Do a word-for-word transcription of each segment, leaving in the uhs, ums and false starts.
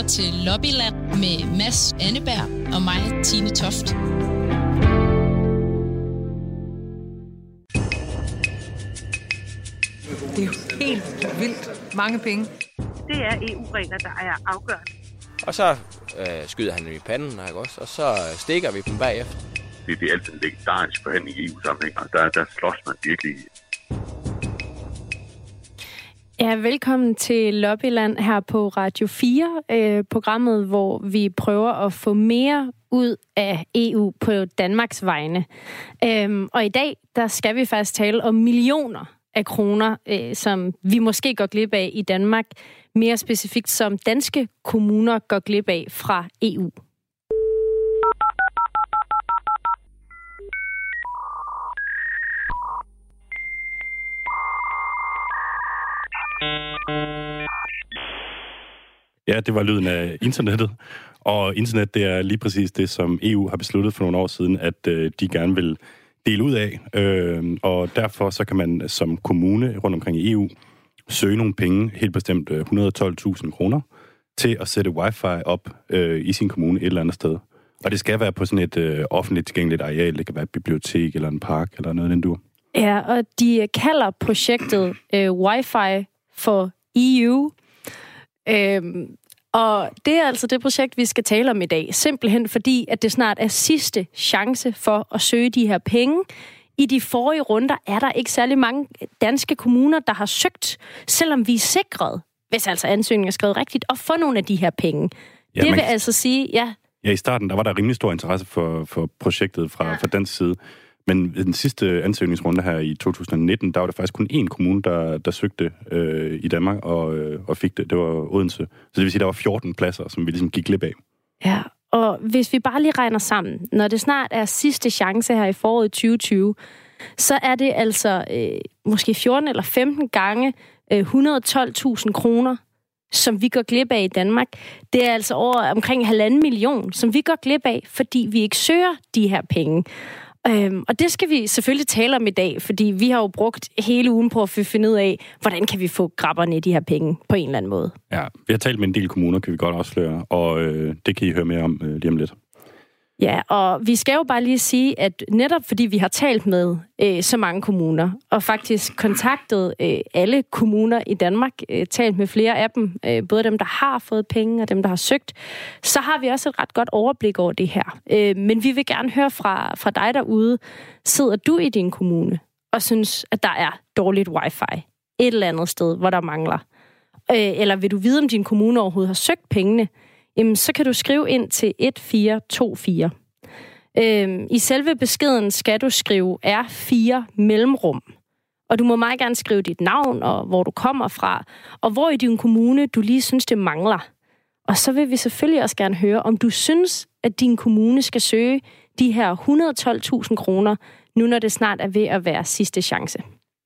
til Lobbyland med Mads Anneberg og mig, Tine Toft. Det er jo helt vildt mange penge. Det er E U-regler, der er afgørende. Og så øh, skyder han dem i panden, ikke også? Og så stikker vi dem bagefter. Det, det er altid en legendarisk forhandling i E U-sammenhæng, og der, der slås man virkelig. Ja, velkommen til Lobbyland her på Radio fire, øh, programmet, hvor vi prøver at få mere ud af E U på Danmarks vegne. Øhm, og i dag, der skal vi faktisk tale om millioner af kroner, øh, som vi måske går glip af i Danmark, mere specifikt som danske kommuner går glip af fra E U. Ja, det var lyden af internettet, og internet, det er lige præcis det, som E U har besluttet for nogle år siden, at øh, de gerne vil dele ud af, øh, og derfor så kan man som kommune rundt omkring i E U søge nogle penge, helt bestemt et hundrede og tolv tusind kroner, til at sætte wifi op øh, i sin kommune et eller andet sted. Og det skal være på sådan et øh, offentligt tilgængeligt areal, det kan være et bibliotek eller en park eller noget den dur. Ja, og de kalder projektet øh, Wi-Fi for E U. Øhm, og det er altså det projekt, vi skal tale om i dag. Simpelthen fordi, at det snart er sidste chance for at søge de her penge. I de forrige runder er der ikke særlig mange danske kommuner, der har søgt, selvom vi er sikret, hvis altså ansøgningen er skrevet rigtigt, at få nogle af de her penge. Ja, det vil man... altså sige, ja... Ja, i starten der var der rimelig stor interesse for, for projektet fra, ja. fra dansk side. Men i den sidste ansøgningsrunde her i to tusind nitten, der var der faktisk kun én kommune, der, der søgte øh, i Danmark og, øh, og fik det. Det var Odense. Så det vil sige, der var fjorten pladser, som vi ligesom gik glip af. Ja, og hvis vi bare lige regner sammen, når det snart er sidste chance her i foråret tyve tyve, så er det altså øh, måske fjorten eller femten gange øh, et hundrede og tolv tusind kroner, som vi går glip af i Danmark. Det er altså over omkring halvanden million, som vi går glip af, fordi vi ikke søger de her penge. Øhm, og det skal vi selvfølgelig tale om i dag, fordi vi har jo brugt hele ugen på at finde ud af, hvordan kan vi få grabberne i de her penge på en eller anden måde. Ja, vi har talt med en del kommuner, kan vi godt afsløre, og øh, det kan I høre mere om øh, lige om lidt. Ja, og vi skal jo bare lige sige, at netop fordi vi har talt med øh, så mange kommuner, og faktisk kontaktet øh, alle kommuner i Danmark, øh, talt med flere af dem, øh, både dem, der har fået penge, og dem, der har søgt, så har vi også et ret godt overblik over det her. Øh, men vi vil gerne høre fra, fra dig derude. Sidder du i din kommune og synes, at der er dårligt wifi et eller andet sted, hvor der mangler? Øh, eller vil du vide, om din kommune overhovedet har søgt pengene? Jamen, så kan du skrive ind til et fire to fire. Øhm, I selve beskeden skal du skrive R fire mellemrum. Og du må meget gerne skrive dit navn og hvor du kommer fra, og hvor i din kommune du lige synes, det mangler. Og så vil vi selvfølgelig også gerne høre, om du synes, at din kommune skal søge de her et hundrede og tolv tusind kroner, nu når det snart er ved at være sidste chance.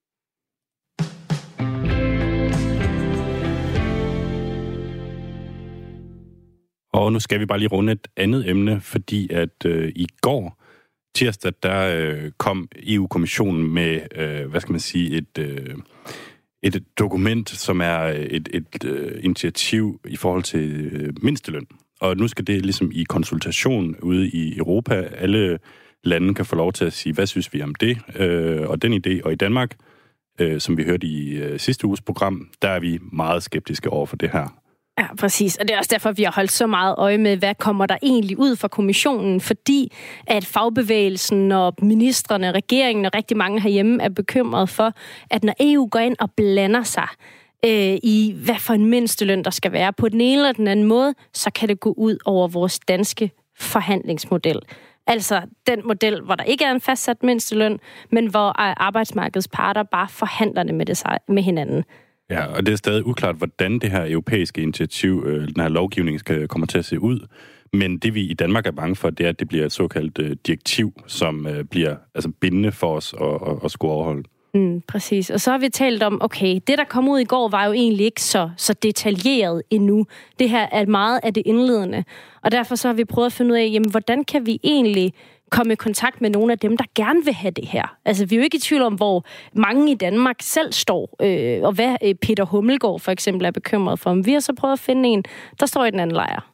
Og nu skal vi bare lige runde et andet emne, fordi at øh, i går, tirsdag, der øh, kom E U-kommissionen med, øh, hvad skal man sige, et, øh, et dokument, som er et, et øh, initiativ i forhold til øh, mindsteløn. Og nu skal det ligesom i konsultation ude i Europa. Alle lande kan få lov til at sige, hvad synes vi om det øh, og den idé. Og i Danmark, øh, som vi hørte i øh, sidste uges program, der er vi meget skeptiske over for det her. Ja, præcis. Og det er også derfor, vi har holdt så meget øje med, hvad kommer der egentlig ud fra kommissionen, fordi at fagbevægelsen og ministrene, regeringen og rigtig mange herhjemme er bekymret for, at når E U går ind og blander sig øh, i, hvad for en mindsteløn der skal være på den ene eller den anden måde, så kan det gå ud over vores danske forhandlingsmodel. Altså den model, hvor der ikke er en fastsat mindsteløn, men hvor arbejdsmarkedets parter bare forhandler det med, det med hinanden. Ja, og det er stadig uklart, hvordan det her europæiske initiativ, øh, den her lovgivning, skal komme til at se ud. Men det vi i Danmark er bange for, det er, at det bliver et såkaldt øh, direktiv, som øh, bliver altså bindende for os at, at, at skulle overholde. Mm, præcis. Og så har vi talt om, okay, det der kom ud i går var jo egentlig ikke så, så detaljeret endnu. Det her er meget af det indledende. Og derfor så har vi prøvet at finde ud af, jamen, hvordan kan vi egentlig komme i kontakt med nogle af dem, der gerne vil have det her. Altså, vi er jo ikke i tvivl om, hvor mange i Danmark selv står, øh, og hvad øh, Peter Hummelgaard for eksempel er bekymret for. Men vi har så prøvet at finde en, der står i den anden lejr.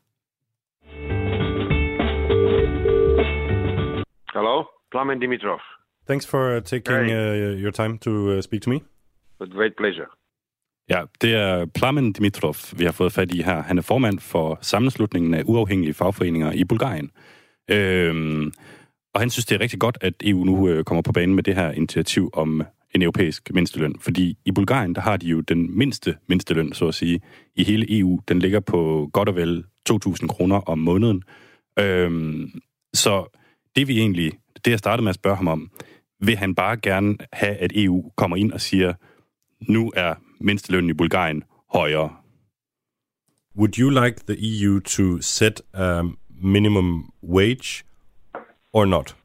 Hello, Plamen Dimitrov. Thanks for taking uh, your time to uh, speak to me. With great pleasure. Ja, det er Plamen Dimitrov, vi har fået fat i her. Han er formand for sammenslutningen af uafhængige fagforeninger i Bulgarien. Øhm, og han synes, det er rigtig godt, at E U nu øh, kommer på banen med det her initiativ om en europæisk mindsteløn. Fordi i Bulgarien, der har de jo den mindste mindsteløn, så at sige, i hele E U. Den ligger på godt og vel to tusind kroner om måneden. Øhm, så det vi egentlig, det jeg startede med at spørge ham om, vil han bare gerne have, at E U kommer ind og siger, nu er mindstelønnen i Bulgarien højere. Would you like the E U to set a minimum wage or not?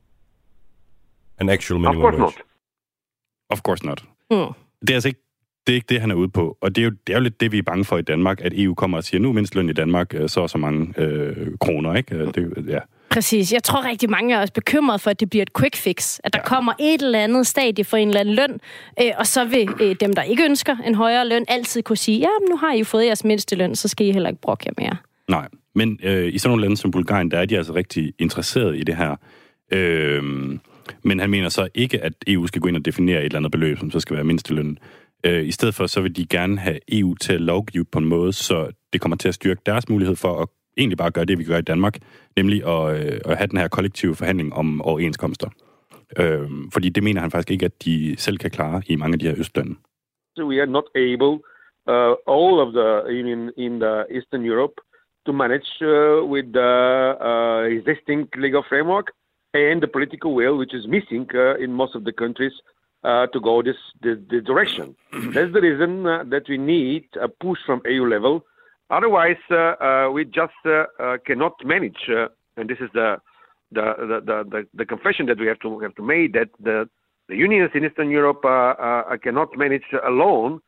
An actual minimum wage? Of course not. Of course not. Mm. Det er altså ikke det, er ikke det, han er ude på. Og det er, jo, det er jo lidt det, vi er bange for i Danmark, at E U kommer og siger, nu er mindstelønnen i Danmark så og så mange øh, kroner, ikke? Det, ja. Præcis. Jeg tror rigtig mange er også bekymret for, at det bliver et quick fix. At der ja. kommer et eller andet stadie for en eller anden løn, øh, og så vil øh, dem, der ikke ønsker en højere løn, altid kunne sige, ja, nu har I jo fået jeres mindste løn, så skal I heller ikke brokke jer mere. Nej, men øh, i sådan nogle lande som Bulgarien, der er de altså rigtig interesserede i det her. Øh, men han mener så ikke, at E U skal gå ind og definere et eller andet beløb, som så skal være mindsteløn. Øh, I stedet for, så vil de gerne have E U til at lovgive på en måde, så det kommer til at styrke deres mulighed for at egentlig bare gøre det, vi gør i Danmark, nemlig at, øh, at have den her kollektive forhandling om overenskomster. Øh, fordi det mener han faktisk ikke, at de selv kan klare i mange af de her østlande. So we are not able, uh, all of the union in the Eastern Europe, to manage uh, with the uh, existing legal framework and the political will, which is missing uh, in most of the countries, uh, to go this, this, this direction. That's the reason uh, that we need a push from E U level. Otherwise, uh, uh, we just uh, uh, cannot manage, uh, and this is the the, the the the confession that we have to have to make, that the the unions in Eastern Europe uh, uh, cannot manage alone.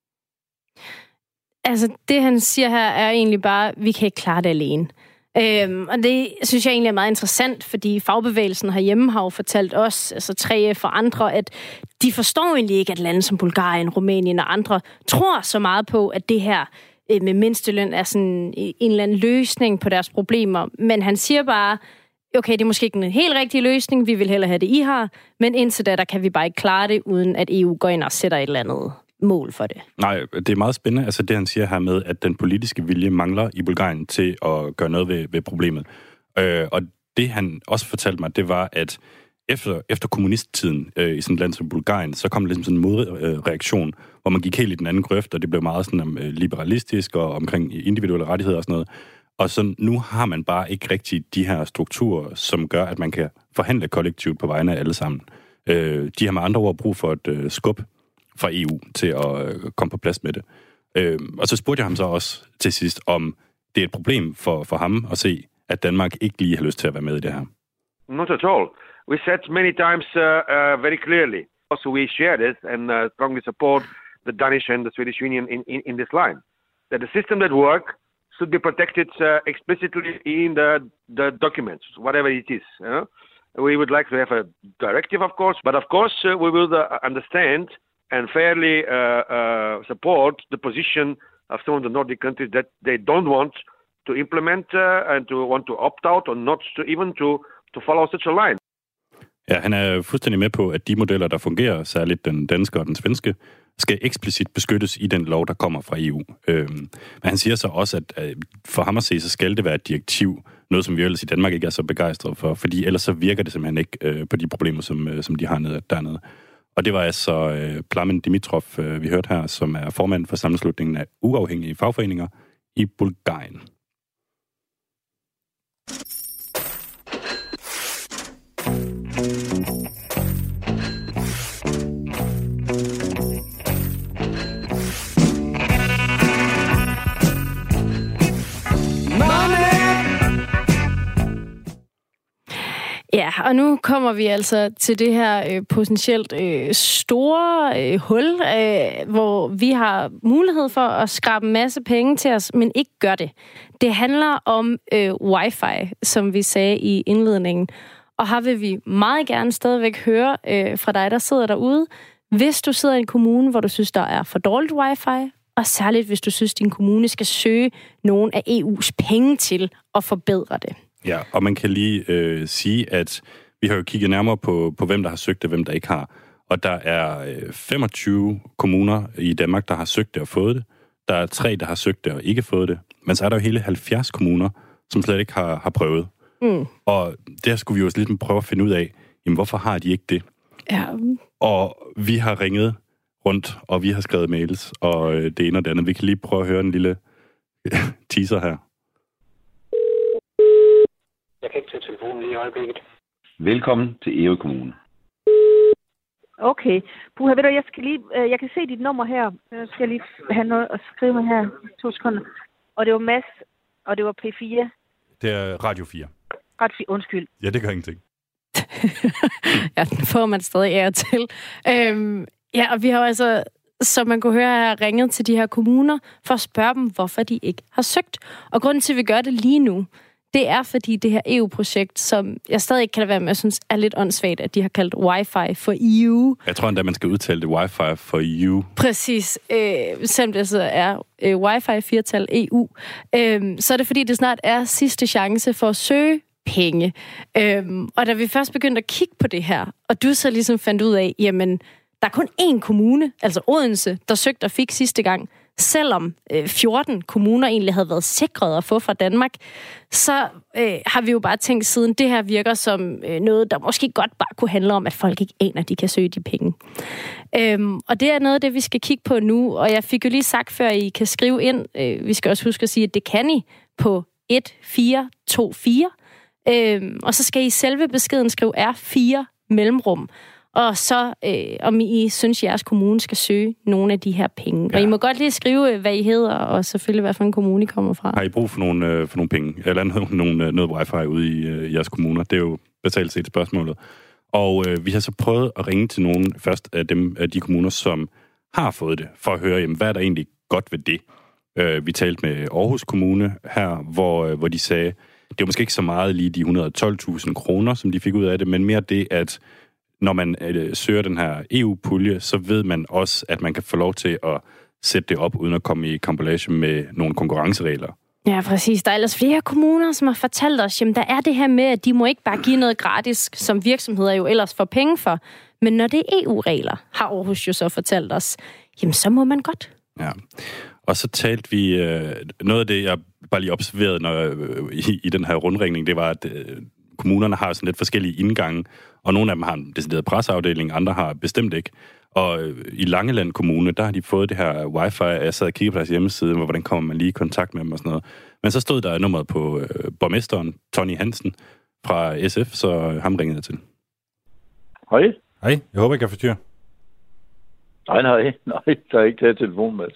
Altså, det han siger her er egentlig bare, at vi kan ikke klare det alene. Øhm, og det synes jeg egentlig er meget interessant, fordi fagbevægelsen herhjemme har jo fortalt os, altså tre F og andre, at de forstår egentlig ikke, at lande som Bulgarien, Rumænien og andre tror så meget på, at det her med mindsteløn er sådan en eller anden løsning på deres problemer. Men han siger bare, okay, det er måske ikke en helt rigtig løsning, vi vil hellere have det, I har, men indtil da, der kan vi bare ikke klare det, uden at E U går ind og sætter et eller andet mål for det. Nej, det er meget spændende, altså det han siger her med, at den politiske vilje mangler i Bulgarien til at gøre noget ved, ved problemet. Øh, og det han også fortalte mig, det var, at efter, efter kommunisttiden øh, i sådan et land som Bulgarien, så kom der ligesom sådan en modreaktion, øh, hvor man gik helt i den anden grøft, og det blev meget sådan øh, liberalistisk og omkring individuelle rettigheder og sådan noget. Og så nu har man bare ikke rigtig de her strukturer, som gør, at man kan forhandle kollektivt på vegne af alle sammen. Øh, de har med andre ord brug for et øh, skub fra E U til at øh, komme på plads med det. Øh, og så spurgte jeg ham så også til sidst, om det er et problem for, for ham at se, at Danmark ikke lige har lyst til at være med i det her. Not at all. We said many times uh, uh, very clearly. Also, we share this and uh, strongly support the Danish and the Swedish Union in, in, in this line. That the system that works should be protected uh, explicitly in the, the documents, whatever it is. You know? We would like to have a directive, of course, but of course uh, we will uh, understand and fairly uh, uh, support the position of some of the Nordic countries that they don't want to implement uh, and to want to opt out or not to even to, to follow such a line. Ja, han er fuldstændig med på, at de modeller, der fungerer, særligt den danske og den svenske, skal eksplicit beskyttes i den lov, der kommer fra E U. Øhm, men han siger så også, at øh, for ham at se, så skal det være et direktiv, noget som vi ellers i Danmark ikke er så begejstrede for, fordi ellers så virker det simpelthen ikke øh, på de problemer, som, øh, som de har nede, dernede. Og det var altså øh, Plamen Dimitrov, øh, vi hørte her, som er formand for sammenslutningen af uafhængige fagforeninger i Bulgarien. Ja, og nu kommer vi altså til det her øh, potentielt øh, store øh, hul, øh, hvor vi har mulighed for at skrabe en masse penge til os, men ikke gør det. Det handler om øh, wifi, som vi sagde i indledningen. Og her vil vi meget gerne stadigvæk høre øh, fra dig, der sidder derude, hvis du sidder i en kommune, hvor du synes, der er for dårligt wifi, og særligt hvis du synes, din kommune skal søge nogle af E U's penge til at forbedre det. Ja, og man kan lige øh, sige, at vi har jo kigget nærmere på, på, hvem der har søgt det, og hvem der ikke har. Og der er øh, femogtyve kommuner i Danmark, der har søgt det og fået det. Der er tre, der har søgt det og ikke fået det. Men så er der jo hele halvfjerds kommuner, som slet ikke har, har prøvet. Mm. Og der skulle vi jo lidt prøve at finde ud af, jamen, hvorfor har de ikke det? Ja. Og vi har ringet rundt, og vi har skrevet mails, og øh, det ene og det andet. Vi kan lige prøve at høre en lille teaser her. Jeg kan ikke tage telefonen lige i øjeblikket. Velkommen til Ærø Kommune. Okay. Puha, ved du, jeg skal lige, øh, jeg kan se dit nummer her. Jeg skal lige have noget at skrive med her. To sekunder. Og det var Mads, og det var P fire. Det er Radio fire. Radio fire, undskyld. Ja, det gør ingenting. Ja, den får man stadig ære til. Øhm, ja, og vi har jo altså, som man kunne høre her, ringet til de her kommuner for at spørge dem, hvorfor de ikke har søgt. Og grunden til, at vi gør det lige nu, det er, fordi det her E U-projekt, som jeg stadig ikke kan være med, jeg synes er lidt åndssvagt, at de har kaldt Wi-Fi for E U. Jeg tror endda, man skal udtale det Wi-Fi for E U. Præcis. Øh, selvom det så er øh, Wi-Fi firtal E U. Øh, så er det, fordi det snart er sidste chance for at søge penge. Øh, og da vi først begyndte at kigge på det her, og du så ligesom fandt ud af, jamen, der er kun én kommune, altså Odense, der søgte og fik sidste gang, selvom øh, fjorten kommuner egentlig havde været sikret at få fra Danmark, så øh, har vi jo bare tænkt siden, det her virker som øh, noget, der måske godt bare kunne handle om, at folk ikke aner, at de kan søge de penge. Øhm, og det er noget af det, vi skal kigge på nu, og jeg fik jo lige sagt før, I kan skrive ind, øh, vi skal også huske at sige, at det kan I på et fire to fire, øhm, og så skal I selve beskeden skrive R fire mellemrum. Og så, øh, om I synes, jeres kommune skal søge nogle af de her penge. Ja. Og I må godt lige skrive, hvad I hedder, og selvfølgelig, hvad for en kommune I kommer fra. Har I brug for nogle, øh, for nogle penge? Eller nogle, noget wifi ude i øh, jeres kommuner? Det er jo basalt set spørgsmålet. Og øh, vi har så prøvet at ringe til nogle først af, dem, af de kommuner, som har fået det, for at høre, jamen, hvad er der egentlig godt ved det? Øh, vi talte med Aarhus Kommune her, hvor, øh, hvor de sagde, det var måske ikke så meget lige de et hundrede og tolv tusind kroner, som de fik ud af det, men mere det, at når man øh, søger den her E U-pulje, så ved man også, at man kan få lov til at sætte det op, uden at komme i kampolage med nogle konkurrenceregler. Ja, præcis. Der er ellers flere kommuner, som har fortalt os, jamen der er det her med, at de må ikke bare give noget gratis, som virksomheder jo ellers får penge for. Men når det er E U-regler, har Aarhus jo så fortalt os, jamen så må man godt. Ja, og så talte vi, øh, noget af det, jeg bare lige observerede når, øh, i, i den her rundringning, det var, at øh, kommunerne har sådan lidt forskellige indgange, og nogle af dem har en decideret presseafdeling, andre har bestemt ikke. Og øh, i Langeland Kommune, der har de fået det her wifi, jeg sad og kiggede på deres hjemmeside, hvor hvordan kommer man lige i kontakt med dem og sådan noget. Men så stod der nummeret på øh, borgmesteren, Tony Hansen, fra S F, så øh, ham ringede jeg til. Hej. Hej, jeg håber, jeg kan forstyrre. Nej, nej, nej, der er ikke taget telefon, Mads.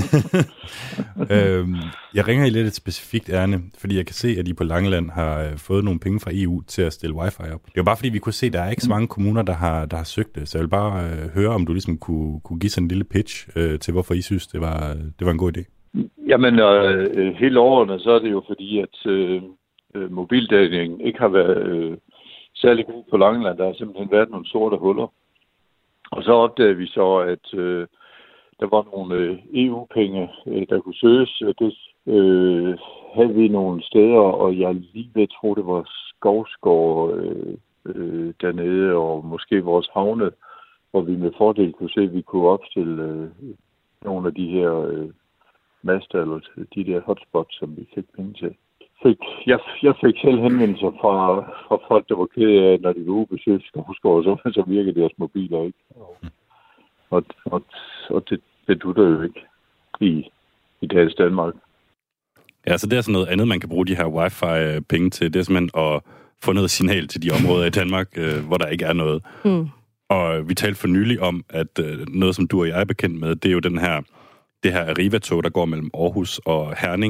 øhm, jeg ringer i lidt et specifikt ærne, fordi jeg kan se, at I på Langeland har øh, fået nogle penge fra E U til at stille wifi op. Det var bare fordi, vi kunne se, at der er ikke så mange kommuner, der har, der har søgt det. Så jeg vil bare øh, høre, om du ligesom kunne, kunne give sådan en lille pitch øh, til, hvorfor I synes, det var, det var en god idé. Jamen, øh, helt overordnet, så er det jo fordi, at øh, mobildækningen ikke har været øh, særlig god på Langeland. Der har simpelthen været nogle sorte huller. Og så opdagede vi så, at øh, der var nogle øh, E U-penge, øh, der kunne søges. Det øh, havde vi nogle steder, og jeg lige ved tro, det var Skovsgård øh, øh, dernede, og måske vores havne, hvor vi med fordel kunne se, at vi kunne opstille øh, nogle af de her øh, master, eller de der hotspots, som vi fik penge til. Fik, jeg, jeg fik selv henvendelser fra, fra folk, der var kede af, når de var ude besøgt Skovsgård, så, så virkede deres mobiler ikke. Og, og, og det, det dutter jo ikke i, i dagens Danmark. Ja, så det er sådan noget andet, man kan bruge de her wifi-penge til. Det er simpelthen at få noget signal til de områder i Danmark, hvor der ikke er noget. Mm. Og vi talte for nylig om, at noget, som du og jeg er bekendt med, det er jo den her, det her Arriva-tog, der går mellem Aarhus og Herning,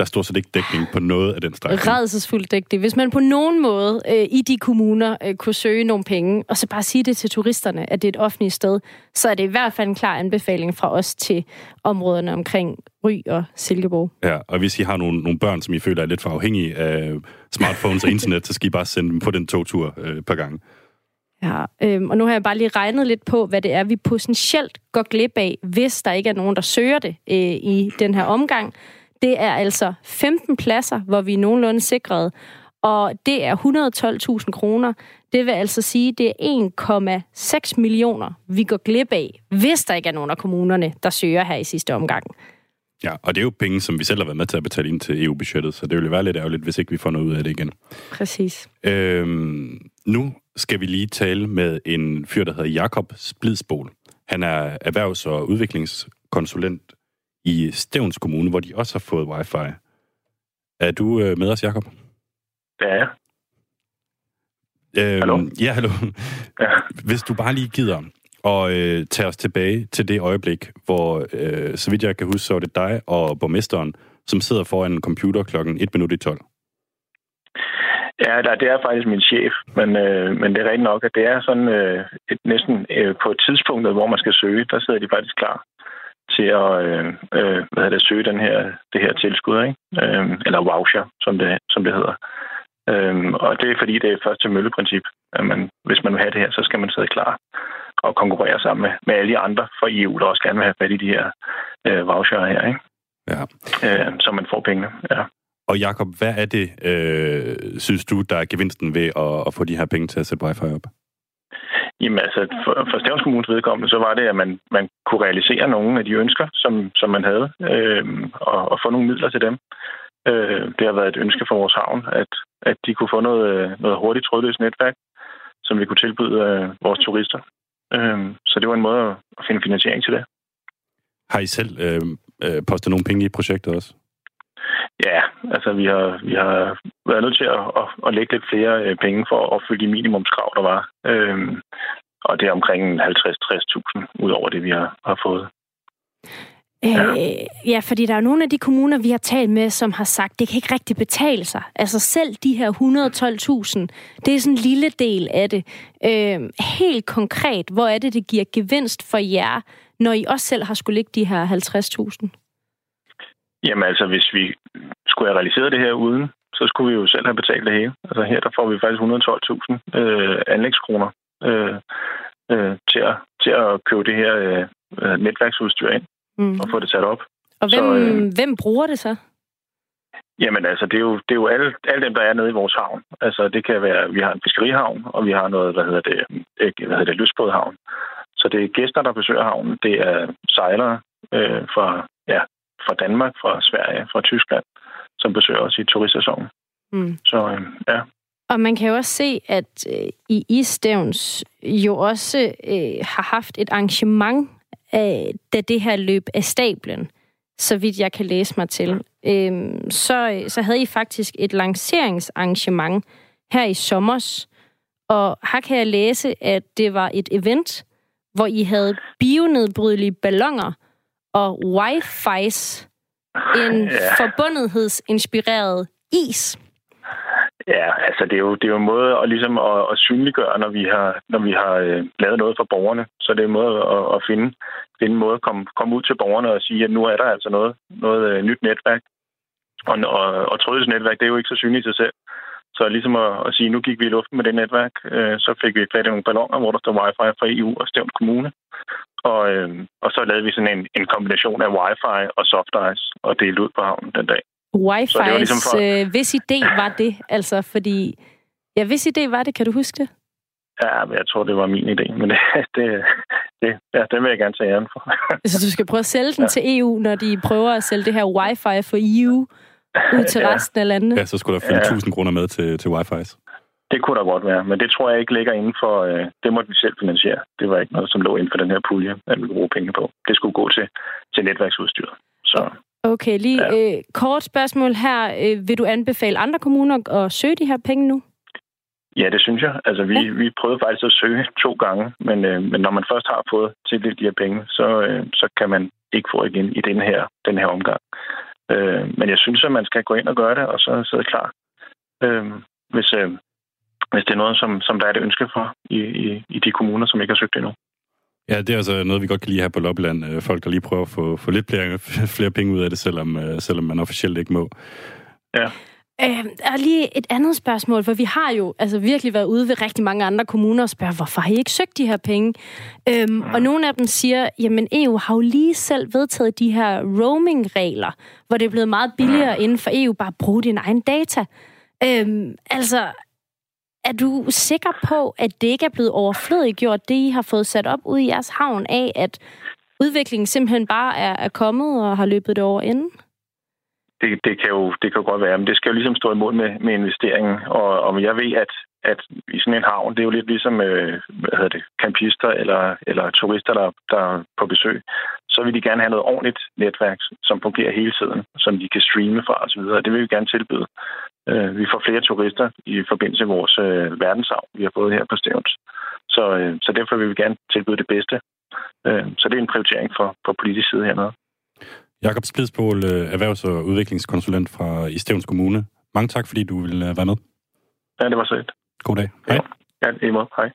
Der er stort set ikke dækning på noget af den strækning. Rædselsfuld dækning. Hvis man på nogen måde øh, i de kommuner øh, kunne søge nogle penge, og så bare sige det til turisterne, at det er et offentligt sted, så er det i hvert fald en klar anbefaling fra os til områderne omkring Ry og Silkeborg. Ja, og hvis I har nogle, nogle børn, som I føler er lidt for afhængige af smartphones og internet, så skal I bare sende dem på den togtur øh, par gange. Ja, øhm, og nu har jeg bare lige regnet lidt på, hvad det er, vi potentielt går glip af, hvis der ikke er nogen, der søger det øh, i den her omgang. Det er altså femten pladser, hvor vi er nogenlunde sikrede, og det er et hundrede og tolv tusind kroner. Det vil altså sige, at det er en komma seks millioner, vi går glip af, hvis der ikke er nogen af kommunerne, der søger her i sidste omgang. Ja, og det er jo penge, som vi selv har været med til at betale ind til E U-budgettet, så det vil være lidt ærgerligt, hvis ikke vi får noget ud af det igen. Præcis. Øhm, nu skal vi lige tale med en fyr, der hedder Jakob Splidsbol. Han er erhvervs- og udviklingskonsulent i Stevns Kommune, hvor de også har fået wifi. Er du med os, Jakob? Det er jeg. Øhm, hallo? Ja, hallo. Ja. Hvis du bare lige gider og øh, tage os tilbage til det øjeblik, hvor, øh, så vidt jeg kan huske, så var det dig og borgmesteren, som sidder foran en computer klokken et minut i tolv. Ja, det er faktisk min chef, men, øh, men det er rigtigt nok, at det er sådan øh, et, næsten øh, på et tidspunkt, hvor man skal søge, der sidder de faktisk klar til at øh, øh, hvad det, søge den her, det her tilskud, ikke? Øh, eller voucher, som det, som det hedder. Øh, og det er fordi, det er først til mølleprincip. At man, hvis man vil have det her, så skal man sidde klar og konkurrere sammen med, med alle de andre fra E U, der også gerne vil have fat i de her øh, voucher her, ikke? Ja. Øh, så man får pengene, ja. Og Jakob, hvad er det, øh, synes du, der er gevinsten ved at, at få de her penge til at sætte wifi op? Jamen altså, for, for Stevns Kommunes vedkommende, så var det, at man, man kunne realisere nogle af de ønsker, som, som man havde, øh, og, og få nogle midler til dem. Øh, det har været et ønske for vores havn, at, at de kunne få noget, noget hurtigt trådløst netværk, som vi kunne tilbyde øh, vores turister. Øh, så det var en måde at finde finansiering til det. Har I selv øh, øh, postet nogle penge i projektet også? Ja, altså vi har, vi har været nødt til at, at, at lægge lidt flere øh, penge for at opfylde de minimumskrav, der var. Øhm, og det er omkring halvtreds til tres tusind ud over det, vi har, har fået. Ja. Øh, ja, fordi der er nogle af de kommuner, vi har talt med, som har sagt, det kan ikke rigtig betale sig. Altså selv de her et hundrede og tolv tusind, det er sådan en lille del af det. Øh, helt konkret, hvor er det, det giver gevinst for jer, når I også selv har skulle lægge de her halvtreds tusind? Jamen altså, hvis vi skulle have realiseret det her uden, så skulle vi jo selv have betalt det hele. Altså her, der får vi faktisk et hundrede og tolv tusind øh, anlægskroner øh, øh, til, at, til at købe det her øh, netværksudstyr ind mm. og få det sat op. Og hvem, så, øh, hvem bruger det så? Jamen altså, det er jo, det er jo alle, alle dem, der er nede i vores havn. Altså det kan være, vi har en fiskerihavn, og vi har noget, hvad hedder det, hvad hedder det, lystbådhavn. Så det er gæster, der besøger havnen. Det er sejlere øh, fra, ja, fra Danmark, fra Sverige, fra Tyskland, som besøger os i turistsæsonen. Mm. Så øh, ja. Og man kan jo også se, at øh, I Isstævns jo også øh, har haft et arrangement, øh, da det her løb af stablen, så vidt jeg kan læse mig til. Øh, så, så havde I faktisk et lanceringsarrangement her i sommers, og her kan jeg læse, at det var et event, hvor I havde bionedbrydelige balloner og wifi's, en ja. forbundethedsinspireret is. Ja, altså det er jo, det er jo en måde at, ligesom at, at synliggøre, når vi har, når vi har øh, lavet noget for borgerne. Så det er en måde at, at finde, finde en måde at komme, komme ud til borgerne og sige, at nu er der altså noget, noget øh, nyt netværk. Og, og, og trådløst netværk, det er jo ikke så synligt i sig selv. Så ligesom at, at sige, nu gik vi i luften med det netværk, øh, så fik vi fat i nogle balloner, hvor der stod wifi fra E U og Stevns Kommune. Og, øh, og så lavede vi sådan en, en kombination af wifi og soft ice og delte ud på havnen den dag. Wi-Fi's, ligesom for... øh, hvis idé var det, altså fordi... Ja, hvis idé var det, kan du huske det? Ja, men jeg tror, det var min idé, men det, det, det, ja, den vil jeg gerne tage æren for. Så du skal prøve at sælge den ja. til E U, når de prøver at sælge det her Wi-Fi for E U ud til ja. resten af landene? Ja, så skulle der følge ja. tusind kroner med til, til Wi-Fi's. Det kunne der godt være, men det tror jeg ikke ligger inden for... Øh, det måtte vi selv finansiere. Det var ikke noget, som lå inden for den her pulje, at vi kunne bruge penge på. Det skulle gå til, til netværksudstyret. Så... Okay, lige ja. øh, kort spørgsmål her. Øh, vil du anbefale andre kommuner at søge de her penge nu? Ja, det synes jeg. Altså, vi, ja. vi prøvede faktisk at søge to gange, men, øh, men når man først har fået tildelt de her penge, så, øh, så kan man ikke få igen i den her, den her omgang. Øh, men jeg synes, at man skal gå ind og gøre det, og så sidde klar, øh, hvis, øh, hvis det er noget, som, som der er et ønske for i, i, i de kommuner, som ikke har søgt endnu. Ja, det er altså noget, vi godt kan lide her på Lobbyland. Folk, der lige prøver at få, få lidt flere, flere penge ud af det, selvom, selvom man officielt ikke må. Ja. Øh, og lige et andet spørgsmål, for vi har jo altså virkelig været ude ved rigtig mange andre kommuner og spørger, hvorfor har I ikke søgt de her penge? Øhm, og nogle af dem siger, jamen E U har jo lige selv vedtaget de her roaming-regler, hvor det er blevet meget billigere inden for E U bare at bruge dine egne data. Øhm, altså, er du sikker på, at det ikke er blevet overflødigt gjort, det I har fået sat op ude i jeres havn af, at udviklingen simpelthen bare er, er kommet og har løbet det over enden? Det, det, kan jo, det kan jo godt være, men det skal jo ligesom stå imod med, med investeringen. Og, og jeg ved, at, at i sådan en havn, det er jo lidt ligesom øh, hvad hedder det, campister eller, eller turister, der, der er på besøg. Så vil de gerne have noget ordentligt netværk, som fungerer hele tiden, som de kan streame fra osv. Det vil vi gerne tilbyde. Øh, vi får flere turister i forbindelse med vores øh, verdensarv, vi har fået her på Stevns. Så, øh, så derfor vil vi gerne tilbyde det bedste. Øh, så det er en prioritering for, for politisk side hernede. Jakob Splidsbål, erhvervs- og udviklingskonsulent fra i Stevns Kommune. Mange tak, fordi du ville være med. Ja, det var så lidt. God dag. Hej. Ja, ja, imod. Hej.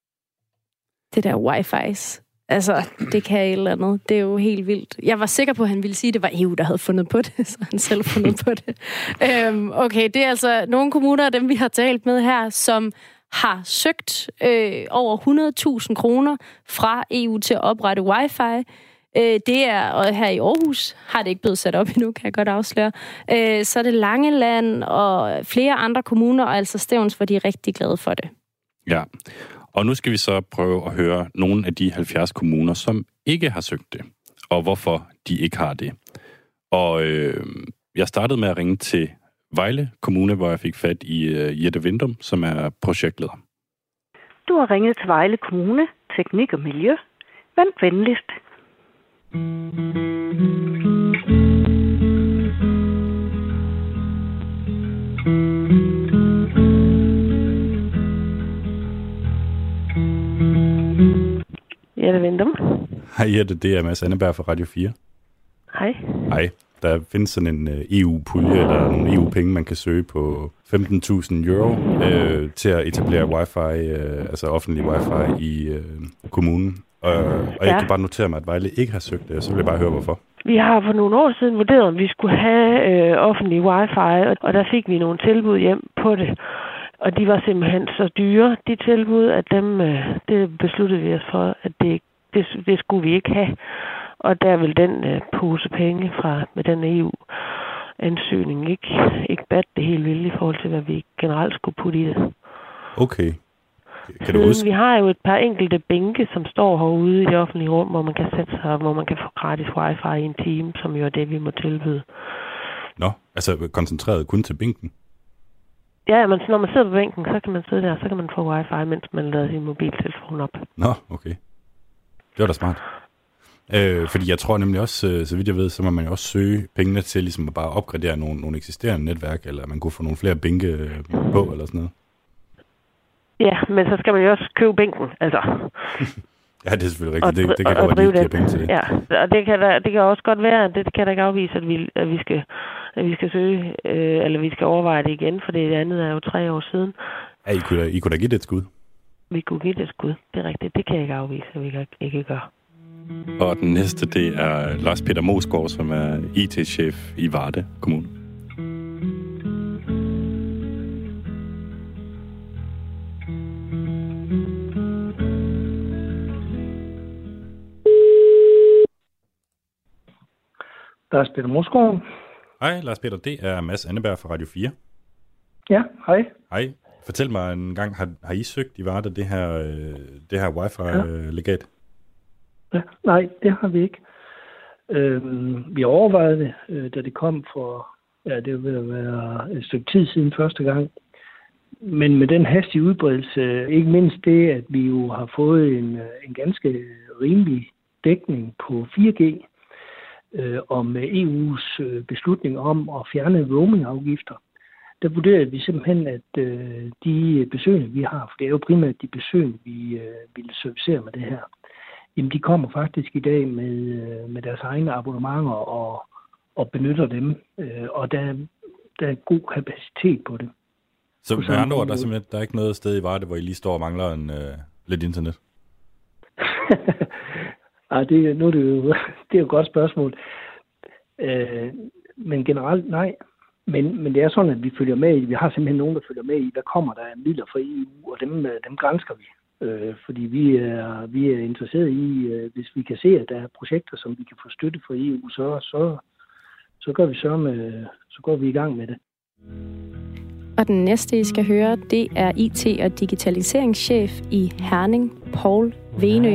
Det der wifi's, altså, det kan et eller andet. Det er jo helt vildt. Jeg var sikker på, at han ville sige, at det var E U, der havde fundet på det, så han selv fundet på det. Øhm, okay, det er altså nogle kommuner af dem, vi har talt med her, som har søgt øh, over hundrede tusind kroner fra E U til at oprette wifi. Det er, og her i Aarhus har det ikke blevet sat op endnu, kan jeg godt afsløre. Så er det Langeland og flere andre kommuner, og altså Stevns, hvor de er rigtig glade for det. Ja, og nu skal vi så prøve at høre nogle af de halvfjerds kommuner, som ikke har søgt det, og hvorfor de ikke har det. Og øh, jeg startede med at ringe til Vejle Kommune, hvor jeg fik fat i øh, Jette Vindum, som er projektleder. Du har ringet til Vejle Kommune, Teknik og Miljø. Vent venligst. Jette Vindum. Hej Jette, det er Mads Anneberg fra Radio fire. Hej. Hej. Der findes sådan en E U-pulje, eller nogle E U-penge, man kan søge på femten tusind euro øh, til at etablere wifi, øh, altså offentlig wifi i øh, kommunen. Og, og jeg ja. kan bare notere mig, at Vejle ikke har søgt det, og så vil jeg bare høre, hvorfor. Vi har for nogle år siden vurderet, om vi skulle have øh, offentlig wifi, og der fik vi nogle tilbud hjem på det. Og de var simpelthen så dyre, de tilbud, at dem, øh, det besluttede vi os for, at det, det, det skulle vi ikke have. Og der vil den øh, pose penge fra med den E U-ansøgning ikke, ikke batte det helt vildt i forhold til, hvad vi generelt skulle putte i det. Okay. Kan du huske? Vi har jo et par enkelte bænke, som står herude i det offentlige rum, hvor man kan sætte sig, hvor man kan få gratis wifi i en time, som jo er det, vi må tilbyde. Nå, altså koncentreret kun til bænken? Ja, men når man sidder på bænken, så kan man sidde der, så kan man få wifi, mens man lader sin mobiltelefon op. Nå, okay. Det var da smart. Øh, fordi jeg tror nemlig også, så vidt jeg ved, så må man jo også søge pengene til ligesom at bare opgradere nogle, nogle eksisterende netværk, eller man kunne få nogle flere bænke på, eller sådan noget. Ja, men så skal man jo også købe bænken, altså. Ja, det er selvfølgelig rigtigt. Det, det kan godt være, at de giver penge til det. Ja, og det kan, der, det kan også godt være, at det kan da ikke afvise, at vi, at vi skal, at vi skal søge, øh, eller vi skal overveje det igen, for det andet er jo tre år siden. Ja, I kunne da, I kunne da give det et skud. Vi kunne give det et skud, det er rigtigt. Det kan jeg ikke afvise, at vi ikke gør. Og den næste, det er Lars Peter Mosgaard, som er I T-chef i Varde Kommune. Lars Peter Mosgaard. Hej, Lars Peter. Det er Mads Anneberg fra Radio fire. Ja, hej. Hej. Fortæl mig en gang, har, har I søgt i Varde det her, det her wifi-legat? Ja. Ja, nej, det har vi ikke. Øhm, vi overvejede det, øh, da det kom for, ja, det vil være et stykke tid siden første gang. Men med den hastige udbredelse, ikke mindst det, at vi jo har fået en, en ganske rimelig dækning på fire G, øh, og med E U's øh, beslutning om at fjerne roaming-afgifter, der vurderede vi simpelthen, at øh, de besøgende, vi har, for det er jo primært de besøgende, vi øh, vil servicere med det her, jamen de kommer faktisk i dag med, øh, med deres egne abonnementer og, og benytter dem. Øh, og der, der er god kapacitet på det. Så med andre ord, der er simpelthen der er ikke noget sted i Varde, hvor I lige står og mangler en, øh, lidt internet? Ej, det, nu er det, jo, det er jo et godt spørgsmål. Øh, men generelt nej. Men, men det er sådan, at vi følger med i, vi har simpelthen nogen, der følger med i, hvad kommer der af midler fra E U, og dem, dem gransker vi. Øh, fordi vi er, vi er interesseret i, øh, hvis vi kan se, at der er projekter, som vi kan få støtte fra E U, så, så, så, gør vi så, med, så går vi i gang med det. Og den næste, I skal høre, det er I T- og digitaliseringschef i Herning, Poul Venø.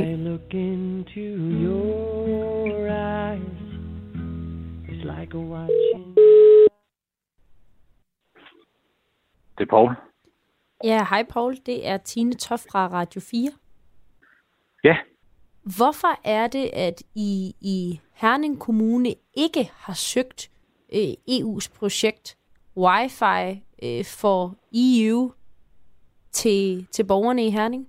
Det er Poul. Ja, hej Poul. Det er Tine Toft fra Radio fire. Ja. Hvorfor er det, at I i Herning Kommune ikke har søgt øh, E U's projekt Wi-Fi øh, for E U til, til borgerne i Herning?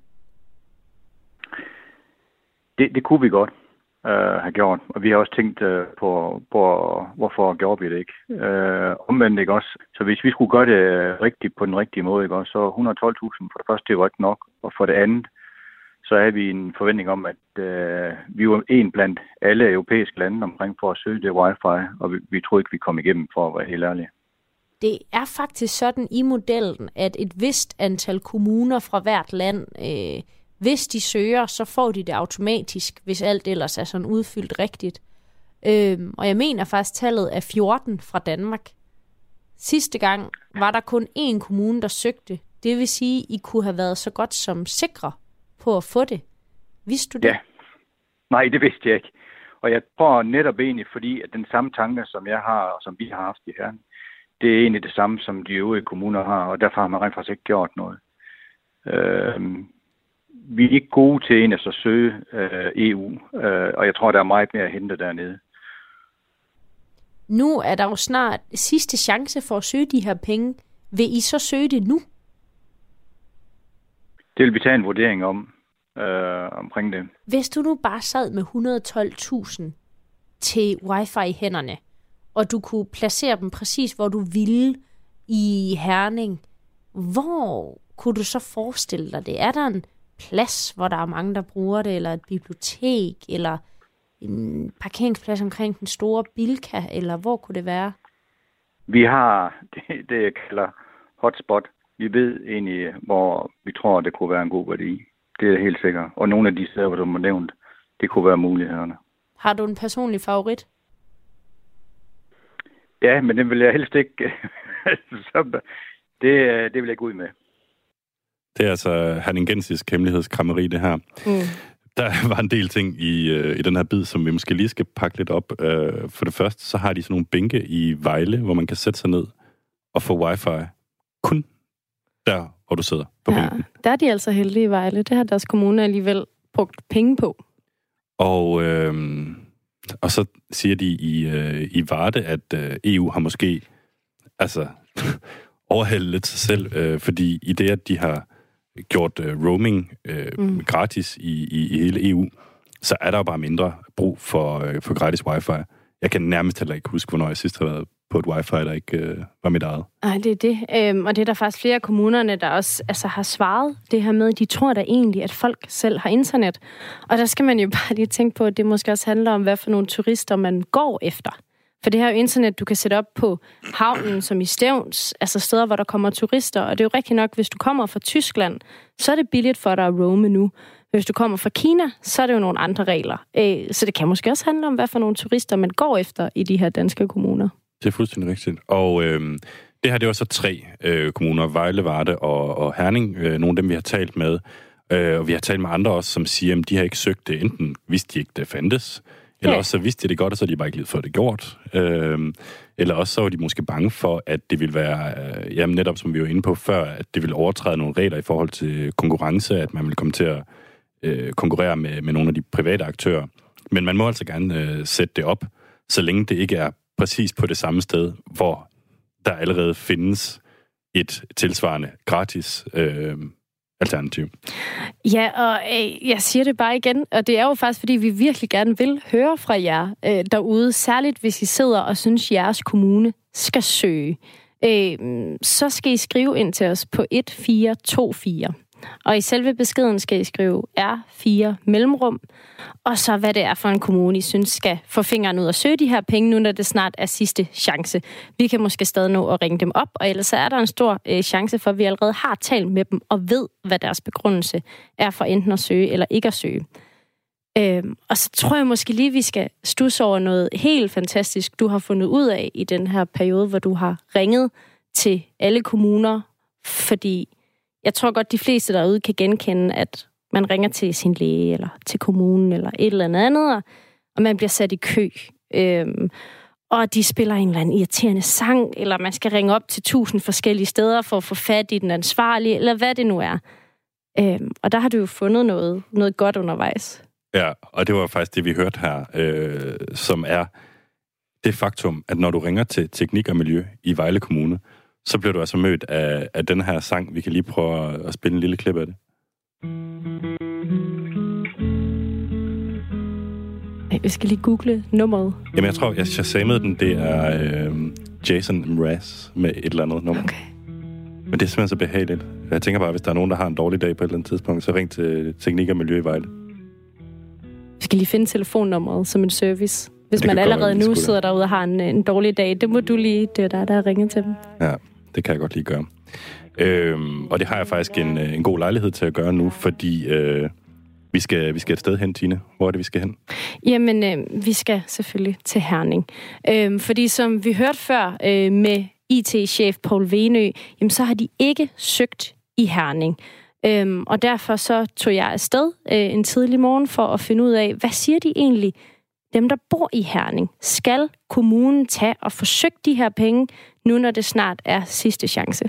Det, det kunne vi godt øh, have gjort, og vi har også tænkt øh, på, på, hvorfor gjorde vi det ikke. Øh, omvendt ikke også. Så hvis vi skulle gøre det rigtigt på den rigtige måde, ikke også, så et hundrede og tolv tusind for det første, det var ikke nok, og for det andet, så er vi en forventning om, at øh, vi var en blandt alle europæiske lande omkring for at søge det wifi, og vi, vi tror ikke, vi kom igennem for at være helt ærlige. Det er faktisk sådan i modellen, at et vist antal kommuner fra hvert land, øh, hvis de søger, så får de det automatisk, hvis alt ellers er sådan udfyldt rigtigt. Øh, og jeg mener faktisk, tallet er fjorten fra Danmark. Sidste gang var der kun én kommune, der søgte. Det vil sige, at I kunne have været så godt som sikre på at få det. Vidste du det? Ja. Nej, det vidste jeg ikke. Og jeg tror netop egentlig, fordi at den samme tanke, som jeg har, og som vi har haft i Herning, det er egentlig det samme, som de øvrige kommuner har, og derfor har man rent faktisk ikke gjort noget. Øh, vi er ikke gode til egentlig at søge øh, E U, øh, og jeg tror, der er meget mere at hente dernede. Nu er der jo snart sidste chance for at søge de her penge. Vil I så søge det nu? Det vil vi tage en vurdering om, øh, omkring det. Hvis du nu bare sad med et hundrede og tolv tusind til wifi i hænderne, og du kunne placere dem præcis, hvor du ville i Herning, hvor kunne du så forestille dig det? Er der en plads, hvor der er mange, der bruger det, eller et bibliotek, eller en parkeringsplads omkring den store Bilka, eller hvor kunne det være? Vi har det, det jeg kalder hotspot. Vi ved egentlig, hvor vi tror, det kunne være en god værdi. Det er helt sikkert. Og nogle af de steder, hvor du har nævnt, det kunne være mulighederne. Har du en personlig favorit? Ja, men den vil jeg helst ikke. det, det vil jeg gå ud med. Det er altså herningensisk hemmelighedskrammeri, det her. Mm. Der var en del ting i, øh, i den her bid, som vi måske lige skal pakke lidt op. Øh, for det første, så har de sådan nogle bænke i Vejle, hvor man kan sætte sig ned og få wifi. Kun der, hvor du sidder på ja, bænken. Der er de altså heldige i Vejle. Det har deres kommune alligevel brugt penge på. Og, øh, og så siger de i, øh, i Varde, at øh, E U har måske altså, overhældet lidt sig selv, øh, fordi i det, at de har gjort øh, roaming øh, mm. gratis i, i, i hele E U, så er der jo bare mindre brug for, øh, for gratis wifi. Jeg kan nærmest heller ikke huske, hvornår jeg sidst har været på et wifi, der ikke øh, var mit eget. Nej, det er det. Øhm, og det er der faktisk flere af kommunerne, der også altså, har svaret det her med, de tror da egentlig, at folk selv har internet. Og der skal man jo bare lige tænke på, at det måske også handler om, hvad for nogle turister man går efter. For det her er jo internet, du kan sætte op på havnen, som i Stevns, altså steder, hvor der kommer turister. Og det er jo rigtigt nok, hvis du kommer fra Tyskland, så er det billigt for dig at roame nu. Hvis du kommer fra Kina, så er det jo nogle andre regler. Så det kan måske også handle om, hvad for nogle turister man går efter i de her danske kommuner. Det er fuldstændig rigtigt. Og øh, det her, det var så tre øh, kommuner, Vejle, Varde og, og Herning. Øh, nogle af dem, vi har talt med. Øh, og vi har talt med andre også, som siger, at de har ikke søgt det. Enten vidste de ikke, det fandtes, eller ja. også så vidste de det godt, og så har de bare ikke lige fået det gjort. Øh, eller også så var de måske bange for, at det ville være, øh, jamen netop som vi var inde på før, at det ville overtræde nogle regler i forhold til konkurrence, at man ville komme til at øh, konkurrere med, med nogle af de private aktører. Men man må altså gerne øh, sætte det op, så længe det ikke er præcis på det samme sted, hvor der allerede findes et tilsvarende gratis øh, alternativ. Ja, og øh, jeg siger det bare igen, og det er jo faktisk, fordi vi virkelig gerne vil høre fra jer øh, derude, særligt hvis I sidder og synes, jeres kommune skal søge. Øh, så skal I skrive ind til os på et fire to fire. Og i selve beskeden skal I skrive R fire mellemrum, og så hvad det er for en kommune, I synes skal få fingeren ud og søge de her penge, nu når det snart er sidste chance. Vi kan måske stadig nå at ringe dem op, og ellers er der en stor øh, chance for, at vi allerede har talt med dem og ved, hvad deres begrundelse er for enten at søge eller ikke at søge. Øhm, og så tror jeg måske lige, vi skal studse over noget helt fantastisk, du har fundet ud af i den her periode, hvor du har ringet til alle kommuner, fordi jeg tror godt, de fleste derude kan genkende, at man ringer til sin læge, eller til kommunen, eller et eller andet andet, og man bliver sat i kø. Øhm, og de spiller en eller anden irriterende sang, eller man skal ringe op til tusind forskellige steder for at få fat i den ansvarlige, eller hvad det nu er. Øhm, og der har du jo fundet noget, noget godt undervejs. Ja, og det var faktisk det, vi hørte her, øh, som er det faktum, at når du ringer til Teknik og Miljø i Vejle Kommune, så bliver du altså mødt af, af den her sang. Vi kan lige prøve at, at spille en lille klip af det. Vi skal lige google nummeret. Jamen, jeg tror, jeg shazamede den. Det er øh, Jason Mraz med et eller andet nummer. Okay. Men det er simpelthen så behageligt. Jeg tænker bare, hvis der er nogen, der har en dårlig dag på et eller andet tidspunkt, så ring til Teknik og Miljø i Vejle. Vi skal lige finde telefonnummeret som en service. Hvis man allerede nu sidder derude og har en, en dårlig dag, det må du lige, det er der, der har ringet til dem. Ja, det kan jeg godt lige gøre. Øhm, og det har jeg faktisk en, en god lejlighed til at gøre nu, fordi øh, vi, skal, vi skal et sted hen, Tine. Hvor er det, vi skal hen? Jamen, øh, vi skal selvfølgelig til Herning. Øh, fordi som vi hørte før øh, med I T-chef Poul Venø, jamen, så har de ikke søgt i Herning. Øh, og derfor så tog jeg afsted øh, en tidlig morgen for at finde ud af, hvad siger de egentlig, dem, der bor i Herning? Skal kommunen tage og forsøge de her penge, nu når det snart er sidste chance?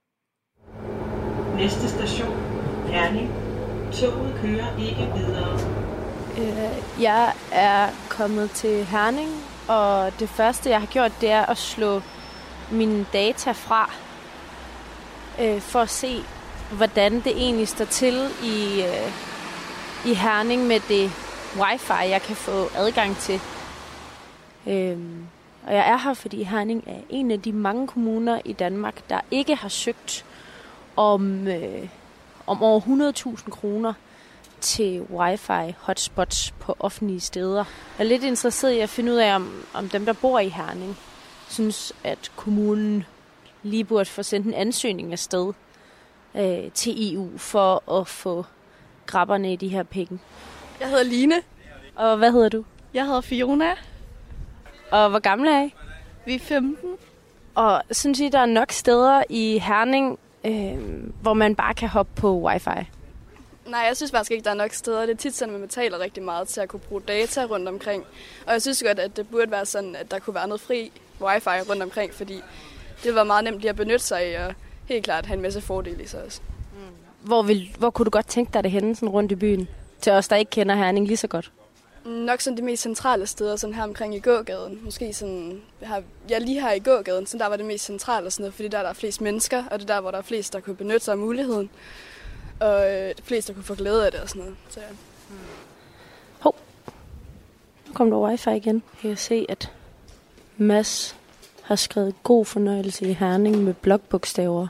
Næste station, Herning. Toget kører ikke videre. Øh, jeg er kommet til Herning, og det første, jeg har gjort, det er at slå mine data fra, øh, for at se, hvordan det egentlig står til i, øh, i Herning med det wifi, jeg kan få adgang til. Øhm, og jeg er her, fordi Herning er en af de mange kommuner i Danmark, der ikke har søgt om, øh, om over hundrede tusind kroner til wifi-hotspots på offentlige steder. Jeg er lidt interesseret i at finde ud af, om, om dem, der bor i Herning, synes, at kommunen lige burde få sendt en ansøgning afsted øh, til E U for at få grabberne i de her penge. Jeg hedder Line. Og hvad hedder du? Jeg hedder Fiona. Og hvor gamle er I? Vi er femten. Og synes I, der er nok steder i Herning, øh, hvor man bare kan hoppe på wifi? Nej, jeg synes faktisk ikke, der er nok steder. Det er tit sådan, at man betaler rigtig meget til at kunne bruge data rundt omkring. Og jeg synes godt, at det burde være sådan, at der kunne være noget fri wifi rundt omkring, fordi det var meget nemt lige at benytte sig af, og helt klart have en masse fordele i sig også. Mm. Hvor, vil, hvor kunne du godt tænke dig det henne sådan rundt i byen? Til os, der ikke kender Herning lige så godt. Nok sådan de mest centrale steder, sådan her omkring i gågaden. Måske sådan, her, ja, lige her i gågaden, så der var det mest centrale og sådan noget, fordi der er der flest mennesker, og det er der, hvor der er flest, der kunne benytte sig af muligheden. Og øh, flest, der kunne få glæde af det og sådan noget. Så, ja. mm. Hov, nu kom der wifi igen. Jeg kan se, at Mads har skrevet god fornøjelse i Herning med blokbogstaver.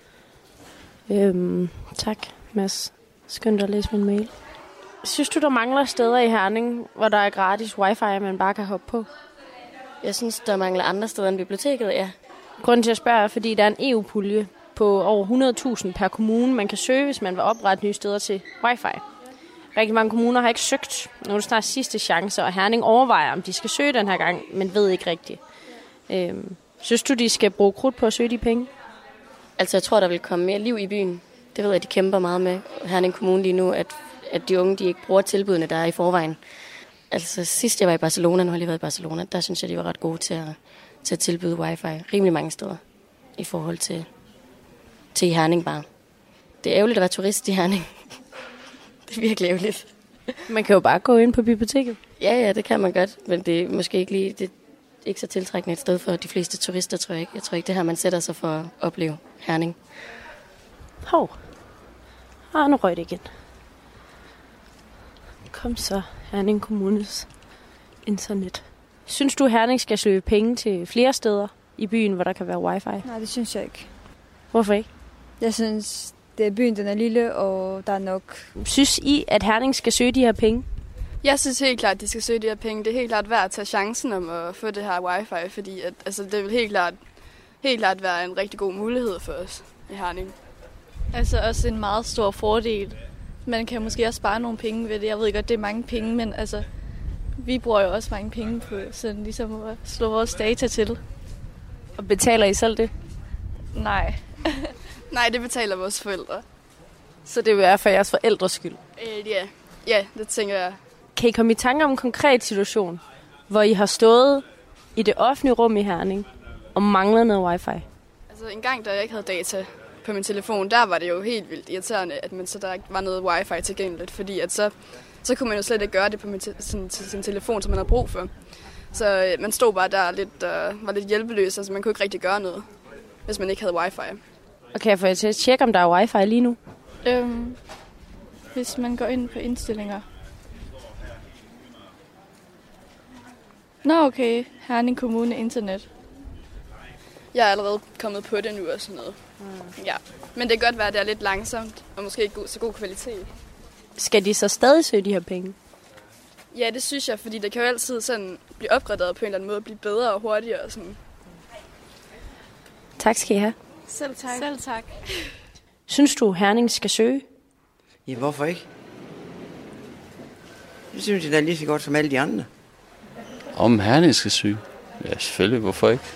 Øhm, tak, Mads. Skynd dig at læse min mail. Synes du, der mangler steder i Herning, hvor der er gratis wifi, man bare kan hoppe på? Jeg synes, der mangler andre steder end biblioteket, ja. Grunden til at spørge er, fordi der er en E U-pulje på over hundrede tusind per kommune, man kan søge, hvis man vil oprette nye steder til wifi. Rigtig mange kommuner har ikke søgt. Nu er det snart sidste chance, og Herning overvejer, om de skal søge den her gang, men ved ikke rigtigt. Øhm, synes du, de skal bruge krudt på at søge de penge? Altså, jeg tror, der vil komme mere liv i byen. Det ved jeg, de kæmper meget med Herning Kommune lige nu, at, at de unge de ikke bruger tilbudene, der er i forvejen. Altså, sidst jeg var i Barcelona, nu har jeg lige været i Barcelona, der synes jeg, de var ret gode til at, til at tilbyde wifi rimelig mange steder i forhold til, til Herning bare. Det er ærgerligt at være turist i Herning. Det er virkelig ærgerligt. Man kan jo bare gå ind på biblioteket. Ja, ja, det kan man godt, men det er måske ikke lige det er ikke så tiltrækkende et sted for de fleste turister, tror jeg ikke. Jeg tror ikke, det her, man sætter sig for at opleve Herning. Hov. Og nu røg det igen. Kom så, Herning Kommunes internet. Synes du, Herning skal søge penge til flere steder i byen, hvor der kan være wifi? Nej, det synes jeg ikke. Hvorfor ikke? Jeg synes, det er byen, den er lille, og der er nok... Synes I, at Herning skal søge de her penge? Jeg synes helt klart, at de skal søge de her penge. Det er helt klart værd at tage chancen om at få det her wifi, fordi at, altså, det vil helt klart, helt klart være en rigtig god mulighed for os i Herning. Altså også en meget stor fordel. Man kan måske også spare nogle penge ved det. Jeg ved godt, det er mange penge, men altså, vi bruger jo også mange penge på sådan ligesom at slå vores data til. Og betaler I selv det? Nej. Nej, det betaler vores forældre. Så det vil være for jeres forældres skyld? Øh, ja. ja, det tænker jeg. Kan I komme i tanke om en konkret situation, hvor I har stået i det offentlige rum i Herning og mangler noget wifi? Altså en gang, da jeg ikke havde data på min telefon, der var det jo helt vildt irriterende, at man så der ikke var noget wifi tilgængeligt, fordi at så, så kunne man jo slet ikke gøre det på min te- sin, sin telefon, som man havde brug for. Så øh, man stod bare der lidt, øh, var lidt hjælpeløs, altså man kunne ikke rigtig gøre noget, hvis man ikke havde wifi. Okay, jeg får til at tjekke, om der er wifi lige nu. Øhm, hvis man går ind på indstillinger. Nå okay, Herning Kommune internet. Jeg er allerede kommet på det nu og sådan noget. Mm. Ja. Men det kan godt være, at det er lidt langsomt, og måske ikke så god kvalitet. Skal de så stadig søge de her penge? Ja, det synes jeg, fordi det kan jo altid sådan blive opgraderet på en eller anden måde, blive bedre og hurtigere og sådan. Tak skal I have. Selv tak. Selv tak. Synes du, Herning skal søge? Ja, hvorfor ikke? Det synes jeg, det er lige så godt som alle de andre. Om Herning skal søge? Ja, selvfølgelig. Hvorfor ikke?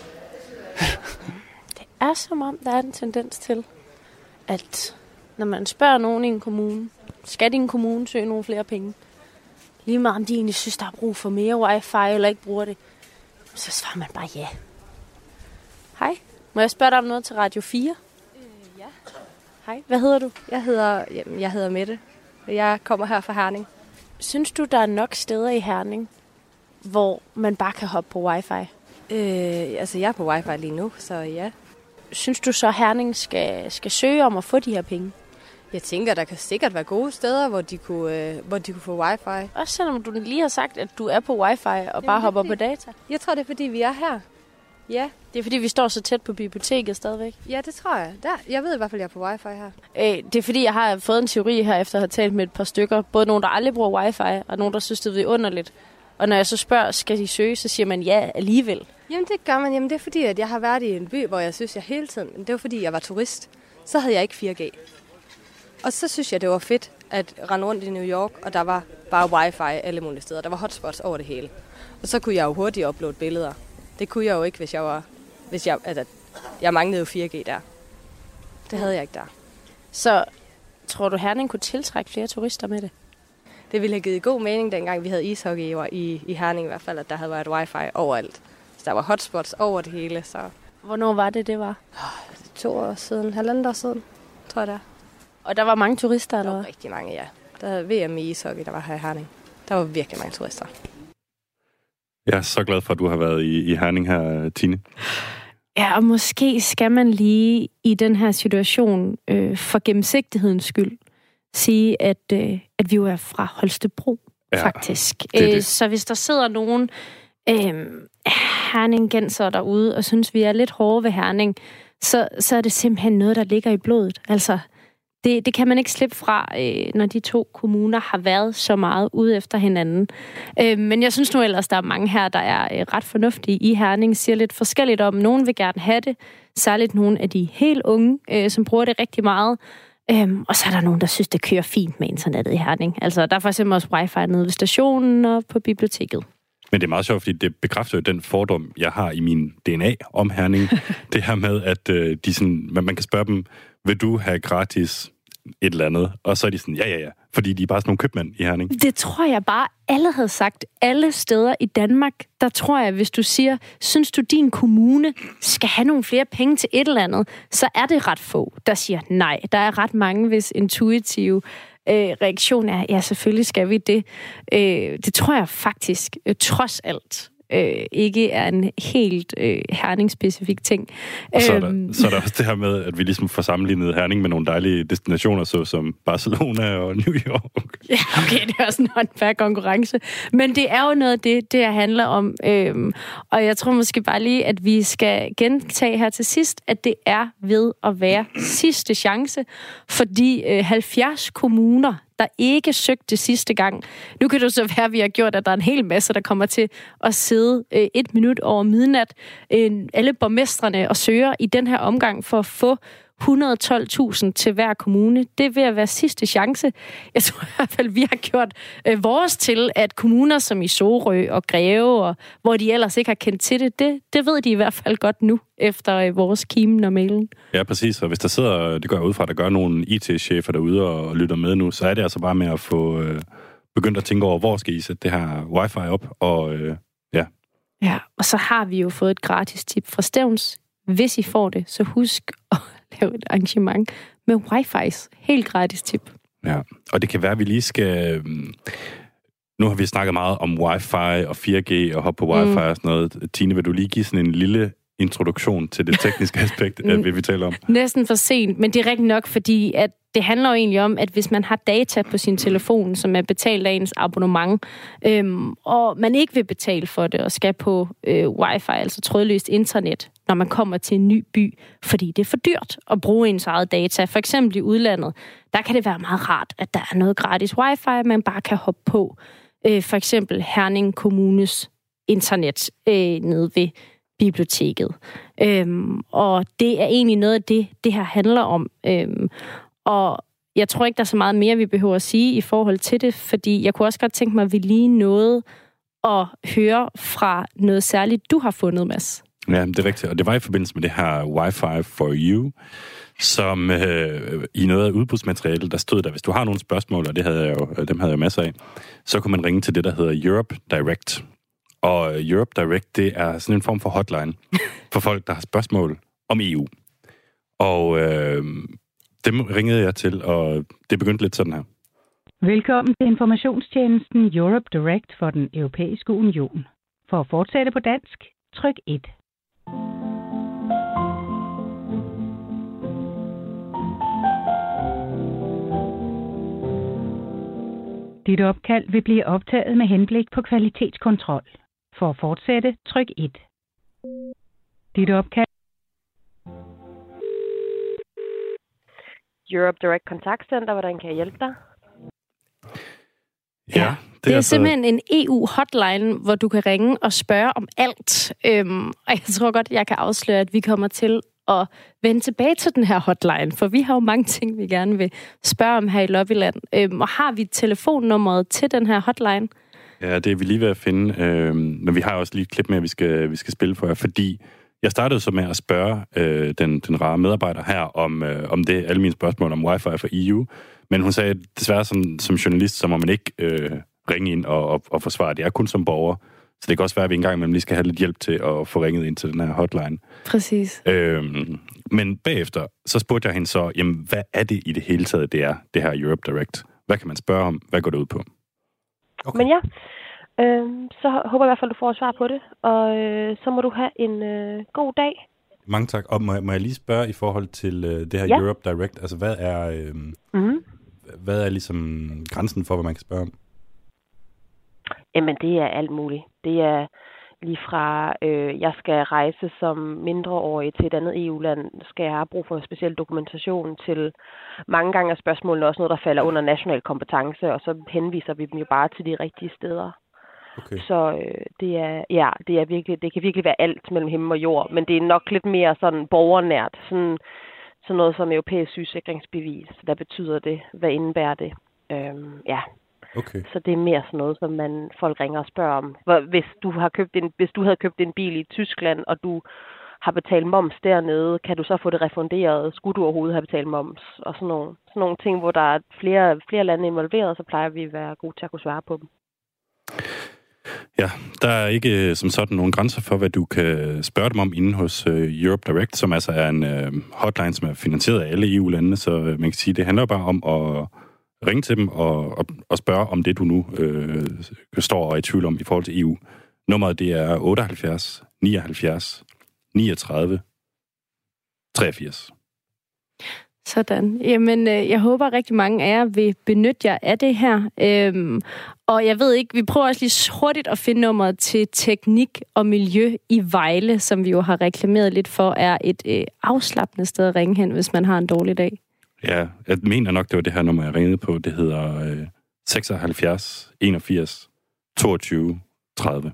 Det er som om, der er en tendens til, at når man spørger nogen i en kommune, skal din kommune søge nogle flere penge? Lige meget om de egentlig synes, der er brug for mere wifi, eller ikke bruger det, så svarer man bare ja. Hej, må jeg spørge dig om noget til Radio fire? Øh, ja. Hej, hvad hedder du? Jeg hedder, jamen, jeg hedder Mette. Jeg kommer her fra Herning. Synes du, der er nok steder i Herning, hvor man bare kan hoppe på wifi? Øh, altså, jeg er på wifi lige nu, så ja. Synes du så, at Herning skal, skal søge om at få de her penge? Jeg tænker, der kan sikkert være gode steder, hvor de kunne, øh, hvor de kunne få wifi. Også selvom du lige har sagt, at du er på wifi og Jamen, bare hopper fordi, på data? Jeg tror, det er, fordi vi er her. Ja. Det er, fordi vi står så tæt på biblioteket stadigvæk? Ja, det tror jeg. Der, jeg ved i hvert fald, at jeg er på wifi her. Øh, det er, fordi jeg har fået en teori her, efter at have talt med et par stykker. Både nogen, der aldrig bruger wifi, og nogen, der synes, det er underligt. Og når jeg så spørger, skal de søge, så siger man ja alligevel. Jamen det gør man. Jamen det er fordi, at jeg har været i en by, hvor jeg synes, jeg hele tiden... Det var fordi, jeg var turist. Så havde jeg ikke fire G. Og så synes jeg, det var fedt at rende rundt i New York, og der var bare wifi alle mulige steder. Der var hotspots over det hele. Og så kunne jeg jo hurtigt uploade billeder. Det kunne jeg jo ikke, hvis jeg var... Hvis jeg, altså, jeg manglede jo fire G der. Det havde jeg ikke der. Så tror du, Herning kunne tiltrække flere turister med det? Det ville have givet god mening, dengang vi havde ishockey i, i Herning i hvert fald, at der havde været wifi overalt. Så der var hotspots over det hele. Så. Hvornår var det, det var? To år siden, halvandet år siden, tror jeg det er. Og der var mange turister, eller hvad? Der var rigtig mange, ja. Der var V M i ishockey, der var her i Herning. Der var virkelig mange turister. Jeg er så glad for, at du har været i, i Herning her, Tine. Ja, og måske skal man lige i den her situation øh, for gennemsigtighedens skyld sige, at, øh, at vi jo er fra Holstebro, ja, faktisk. Det det. Øh, så hvis der sidder nogen øh, herningenser derude og synes, vi er lidt hårde ved Herning, så, så er det simpelthen noget, der ligger i blodet. Altså, det, det kan man ikke slippe fra, øh, når de to kommuner har været så meget ude efter hinanden. Øh, men jeg synes nu ellers, der er mange her, der er øh, ret fornuftige i Herning, siger lidt forskelligt om. Nogen vil gerne have det, særligt nogle af de helt unge, øh, som bruger det rigtig meget. Øhm, og så er der nogen, der synes, det kører fint med internettet i Herning. Altså, der er for eksempel også wifi nede ved stationen og på biblioteket. Men det er meget sjovt, fordi det bekræfter jo den fordom, jeg har i min D N A om Herning. Det her med, at øh, de sådan, man kan spørge dem, vil du have gratis et eller andet? Og så er de sådan, ja, ja, ja. Fordi de er bare sådan nogle købmænd i Herning. Det tror jeg bare, alle havde sagt. Alle steder i Danmark, der tror jeg, hvis du siger, synes du, din kommune skal have nogle flere penge til et eller andet, så er det ret få, der siger nej. Der er ret mange, hvis intuitive øh, reaktion er, ja, selvfølgelig skal vi det. Øh, det tror jeg faktisk, øh, trods alt, øh, ikke er en helt øh, Herning-specifik ting. Og så er, der, Øhm. så er der også det her med, at vi ligesom får sammenlignet Herning med nogle dejlige destinationer, så som Barcelona og New York. Ja, okay, det er også en unfair konkurrence. Men det er jo noget af det, det her handler om. Øhm, og jeg tror måske bare lige, at vi skal gentage her til sidst, at det er ved at være sidste chance, fordi øh, halvfjerds kommuner, der ikke søgte sidste gang. Nu kan det så være, at vi har gjort, at der er en hel masse, der kommer til at sidde øh, et minut over midnat. Øh, alle borgmestrene og søger i den her omgang for at få et hundrede og tolv tusind til hver kommune. Det er ved at være sidste chance. Jeg tror i hvert fald, vi har gjort øh, vores til, at kommuner som i Sorø og Greve, og hvor de ellers ikke har kendt til det, det, det ved de i hvert fald godt nu, efter øh, vores kimen og mailen. Ja, præcis. Og hvis der sidder, det går jeg ud fra, der gør nogle I T-chefer derude og lytter med nu, så er det altså bare med at få øh, begyndt at tænke over, hvor skal I sætte det her wifi op, og øh, ja. Ja, og så har vi jo fået et gratis tip fra Stævns. Hvis I får det, så husk at lave et arrangement med wifi's. Helt gratis tip. Ja, og det kan være, at vi lige skal... Nu har vi snakket meget om wifi og fire G og hoppe på wifi mm. og sådan noget. Tine, vil du lige give sådan en lille introduktion til det tekniske aspekt, af det vi taler om? Næsten for sent, men det er rigtigt nok, fordi at det handler jo egentlig om, at hvis man har data på sin telefon, som er betalt af ens abonnement, øhm, og man ikke vil betale for det, og skal på øh, wifi, altså trådløst internet, når man kommer til en ny by, fordi det er for dyrt at bruge ens eget data. For eksempel i udlandet, der kan det være meget rart, at der er noget gratis wifi, man bare kan hoppe på. Øh, for eksempel Herning Kommunes internet øh, nede ved biblioteket. Øhm, og det er egentlig noget af det, det her handler om. Øhm, og jeg tror ikke, der er så meget mere, vi behøver at sige i forhold til det, fordi jeg kunne også godt tænke mig, at vi lige nåede at høre fra noget særligt, du har fundet, Mads. Ja, det er rigtigt. Og det var i forbindelse med det her Wi-Fi for You, som øh, i noget af udbudsmaterialet, der stod der, hvis du har nogle spørgsmål, og det havde jeg jo, dem havde jeg masser af, så kunne man ringe til det, der hedder Europe Direct. Og Europe Direct, det er sådan en form for hotline for folk, der har spørgsmål om E U. Og øh, dem ringede jeg til, og det begyndte lidt sådan her. Velkommen til informationstjenesten Europe Direct for den Europæiske Union. For at fortsætte på dansk, tryk et. Dit opkald vil blive optaget med henblik på kvalitetskontrol. For at fortsætte, tryk et. Dit opkald. Europe Direct Kontaktcenter, hvordan kan jeg hjælpe dig? Ja, det, det er altså... simpelthen en E U-hotline, hvor du kan ringe og spørge om alt. Øhm, og jeg tror godt, jeg kan afsløre, at vi kommer til at vende tilbage til den her hotline, for vi har jo mange ting, vi gerne vil spørge om her i Lobbyland. Øhm, og har vi telefonnummeret til den her hotline? Ja, det er vi lige ved at finde, øhm, men vi har også lige et klip med, vi skal, vi skal spille for jer, fordi jeg startede så med at spørge øh, den, den rare medarbejder her om, øh, om det, alle mine spørgsmål om wifi for E U, men hun sagde, at desværre som, som journalist, så må man ikke øh, ringe ind og, og, og forsvare. Det er kun som borger. Så det kan også være, at vi engang imellem lige skal have lidt hjælp til at få ringet ind til den her hotline. Præcis. Øhm, men bagefter, så spurgte jeg hende så, jamen, hvad er det i det hele taget, det er, det her Europe Direct? Hvad kan man spørge om? Hvad går det ud på? Okay. Men ja, øh, så håber jeg i hvert fald, du får svar på det. Og øh, så må du have en øh, god dag. Mange tak. Og må, må jeg lige spørge i forhold til øh, det her ja. Europe Direct? Altså, hvad er, øh, mm-hmm. hvad er ligesom grænsen for, hvad man kan spørge om? Jamen, det er alt muligt. Det er lige fra, øh, jeg skal rejse som mindreårig til et andet E U-land, skal jeg have brug for speciel dokumentation til mange gange af spørgsmålene, også noget, der falder under national kompetence, og så henviser vi dem jo bare til de rigtige steder. Okay. Så øh, det er, ja, det er virkelig, det kan virkelig være alt mellem himmel og jord, men det er nok lidt mere sådan borgernært, sådan, sådan noget som europæisk sygesikringsbevis. Hvad betyder det? Hvad indebærer det? Øhm, ja. Okay. Så det er mere sådan noget, som man folk ringer og spørger om. Hvis du har købt en, hvis du havde købt en bil i Tyskland, og du har betalt moms dernede, kan du så få det refunderet? Skulle du overhovedet have betalt moms? Og sådan nogle, sådan nogle ting, hvor der er flere, flere lande involveret, så plejer vi at være gode til at kunne svare på dem. Ja, der er ikke som sådan nogen grænser for, hvad du kan spørge dem om inde hos uh, Europe Direct, som altså er en uh, hotline, som er finansieret af alle E U-landene, så uh, man kan sige, det handler bare om at ringe til dem og, og, og spørge om det, du nu øh, står og er i tvivl om i forhold til E U. Nummeret det er otteoghalvfjerds nioghalvfjerds niogtredive treogfirs. Sådan. Jamen, øh, jeg håber rigtig mange af jer vil benytte jer af det her. Øhm, og jeg ved ikke, vi prøver også lige hurtigt at finde nummeret til teknik og miljø i Vejle, som vi jo har reklameret lidt for, er et øh, afslappende sted at ringe hen, hvis man har en dårlig dag. Ja, jeg mener nok, det var det her nummer, jeg ringede på. Det hedder øh, seksoghalvfjerds enogfirs toogtyve tredive.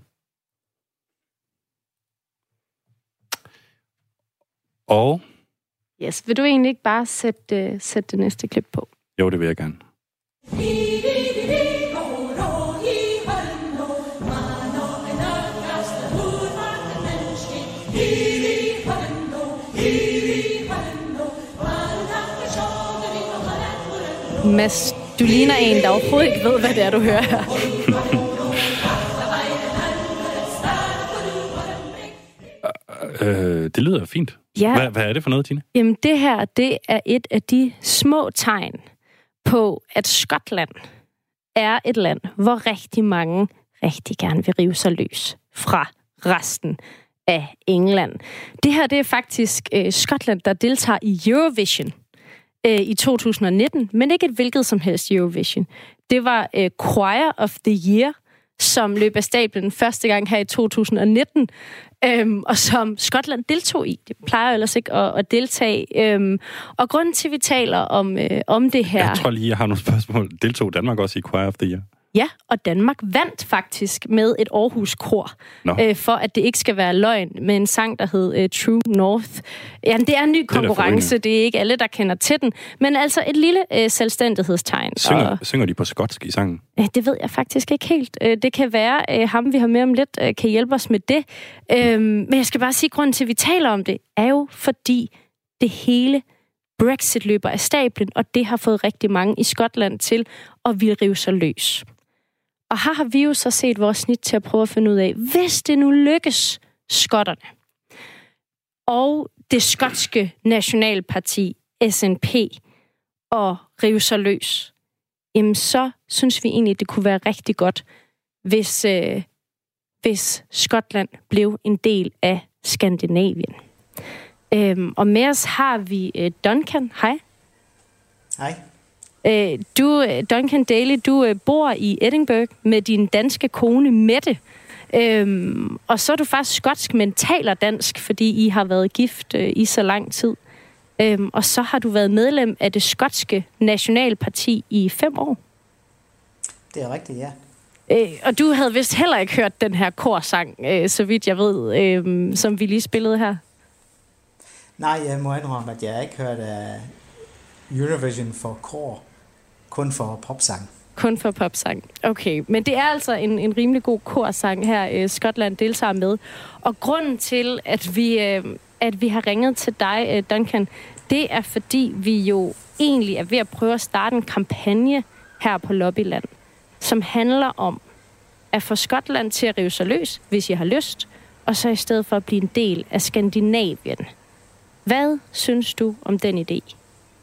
Og... Yes, vil du egentlig ikke bare sætte, uh, sætte det næste klip på? Jo, det vil jeg gerne. Mads, du ligner en, der overhovedet ikke ved, hvad det er, du hører her. øh, det lyder fint. Ja. Hvad, hvad er det for noget, Tine? Jamen, det her, det er et af de små tegn på, at Skotland er et land, hvor rigtig mange rigtig gerne vil rive sig løs fra resten af England. Det her, det er faktisk øh, Skotland, der deltager i Eurovision øh, i to tusind nitten, men ikke et hvilket som helst Eurovision. Det var øh, Choir of the Year, som løb af stablen første gang her i to tusind nitten, øhm, og som Skotland deltog i. Det plejer ellers ikke at, at deltage. Øhm, og grunden til, at vi taler om, øh, om det her... Jeg tror lige, jeg har nogle spørgsmål. Deltog Danmark også i Choir of the Year? Ja, og Danmark vandt faktisk med et Aarhus-kor, øh, for at det ikke skal være løgn, med en sang, der hed uh, True North. Jamen, det er en ny konkurrence, det er, det er ikke alle, der kender til den, men altså et lille øh, selvstændighedstegn. Synger, og, synger de på skotsk i sangen? Øh, det ved jeg faktisk ikke helt. Øh, det kan være, øh, ham vi har med om lidt, øh, kan hjælpe os med det. Øh, men jeg skal bare sige, grunden til, at vi taler om det, er jo fordi det hele Brexit løber af stablen, og det har fået rigtig mange i Skotland til at ville rive sig løs. Og her har vi jo så set vores snit til at prøve at finde ud af, hvis det nu lykkes skotterne og det skotske nationalparti S N P at rive sig løs, jamen så synes vi egentlig, det kunne være rigtig godt, hvis, øh, hvis Skotland blev en del af Skandinavien. Øhm, og med os har vi øh, Duncan. Hej. Hej. Du, Duncan Daly, du bor i Edinburgh med din danske kone Mette. Øhm, og så er du faktisk skotsk, men taler dansk, fordi I har været gift øh, i så lang tid. Øhm, og så har du været medlem af det skotske nationalparti i fem år. Det er rigtigt, ja. Øh, og du havde vist heller ikke hørt den her korsang, øh, så vidt jeg ved, øh, som vi lige spillede her. Nej, jeg må indrømme, at jeg ikke hørt af Eurovision for kor. Kun for popsang. Kun for popsang. Okay, men det er altså en, en rimelig god korsang her, øh, Skotland deltager med. Og grunden til, at vi, øh, at vi har ringet til dig, øh, Duncan, det er fordi, vi jo egentlig er ved at prøve at starte en kampagne her på Lobbyland, som handler om at få Skotland til at rive sig løs, hvis I har lyst, og så i stedet for at blive en del af Skandinavien. Hvad synes du om den idé?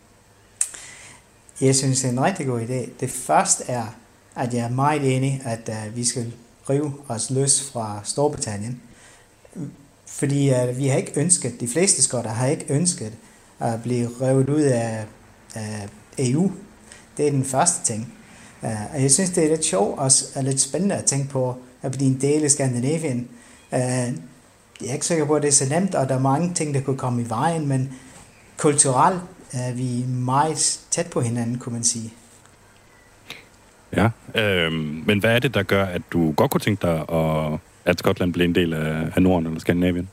Jeg synes, det er en rigtig god idé. Det første er, at jeg er meget enig, at uh, vi skal rive os løs fra Storbritannien. Fordi uh, vi har ikke ønsket, de fleste skotter har ikke ønsket at blive revet ud af uh, E U. Det er den første ting. Uh, og jeg synes, det er lidt sjovt og er lidt spændende at tænke på at blive en del af Skandinavien. Uh, jeg er ikke sikker på, at det er så nemt, og der er mange ting, der kunne komme i vejen, men kulturelt er vi meget tæt på hinanden, kunne man sige. Ja, øh, men hvad er det, der gør, at du godt kunne tænke dig, at, at Skotland blev en del af, af Norden eller Skandinavien?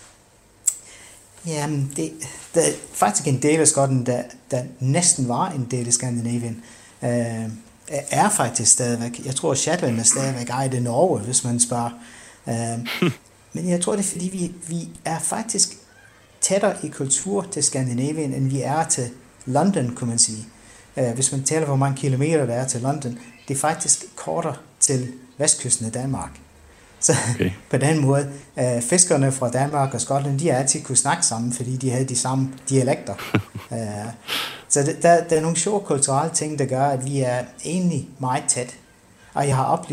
Jamen, det, det er faktisk en del af Skotland, der, der næsten var en del af Skandinavien, øh, er faktisk stadigvæk. Jeg tror, Shetland er stadigvæk ejet i Norge, hvis man spørger. Øh, men jeg tror, det er, fordi vi, vi er faktisk tættere i kultur til Skandinavien, end vi er til London, kunne man sige. Uh, hvis man tæller, hvor mange kilometer der er til London, det er faktisk kortere til vestkysten af Danmark. Så okay. På den måde, uh, fiskerne fra Danmark og Skotland, de har altid kunne snakke sammen, fordi de havde de samme dialekter. uh, så det, der, der er nogle sjove kulturelle ting, der gør, at vi er egentlig meget tæt. Og jeg har oplevet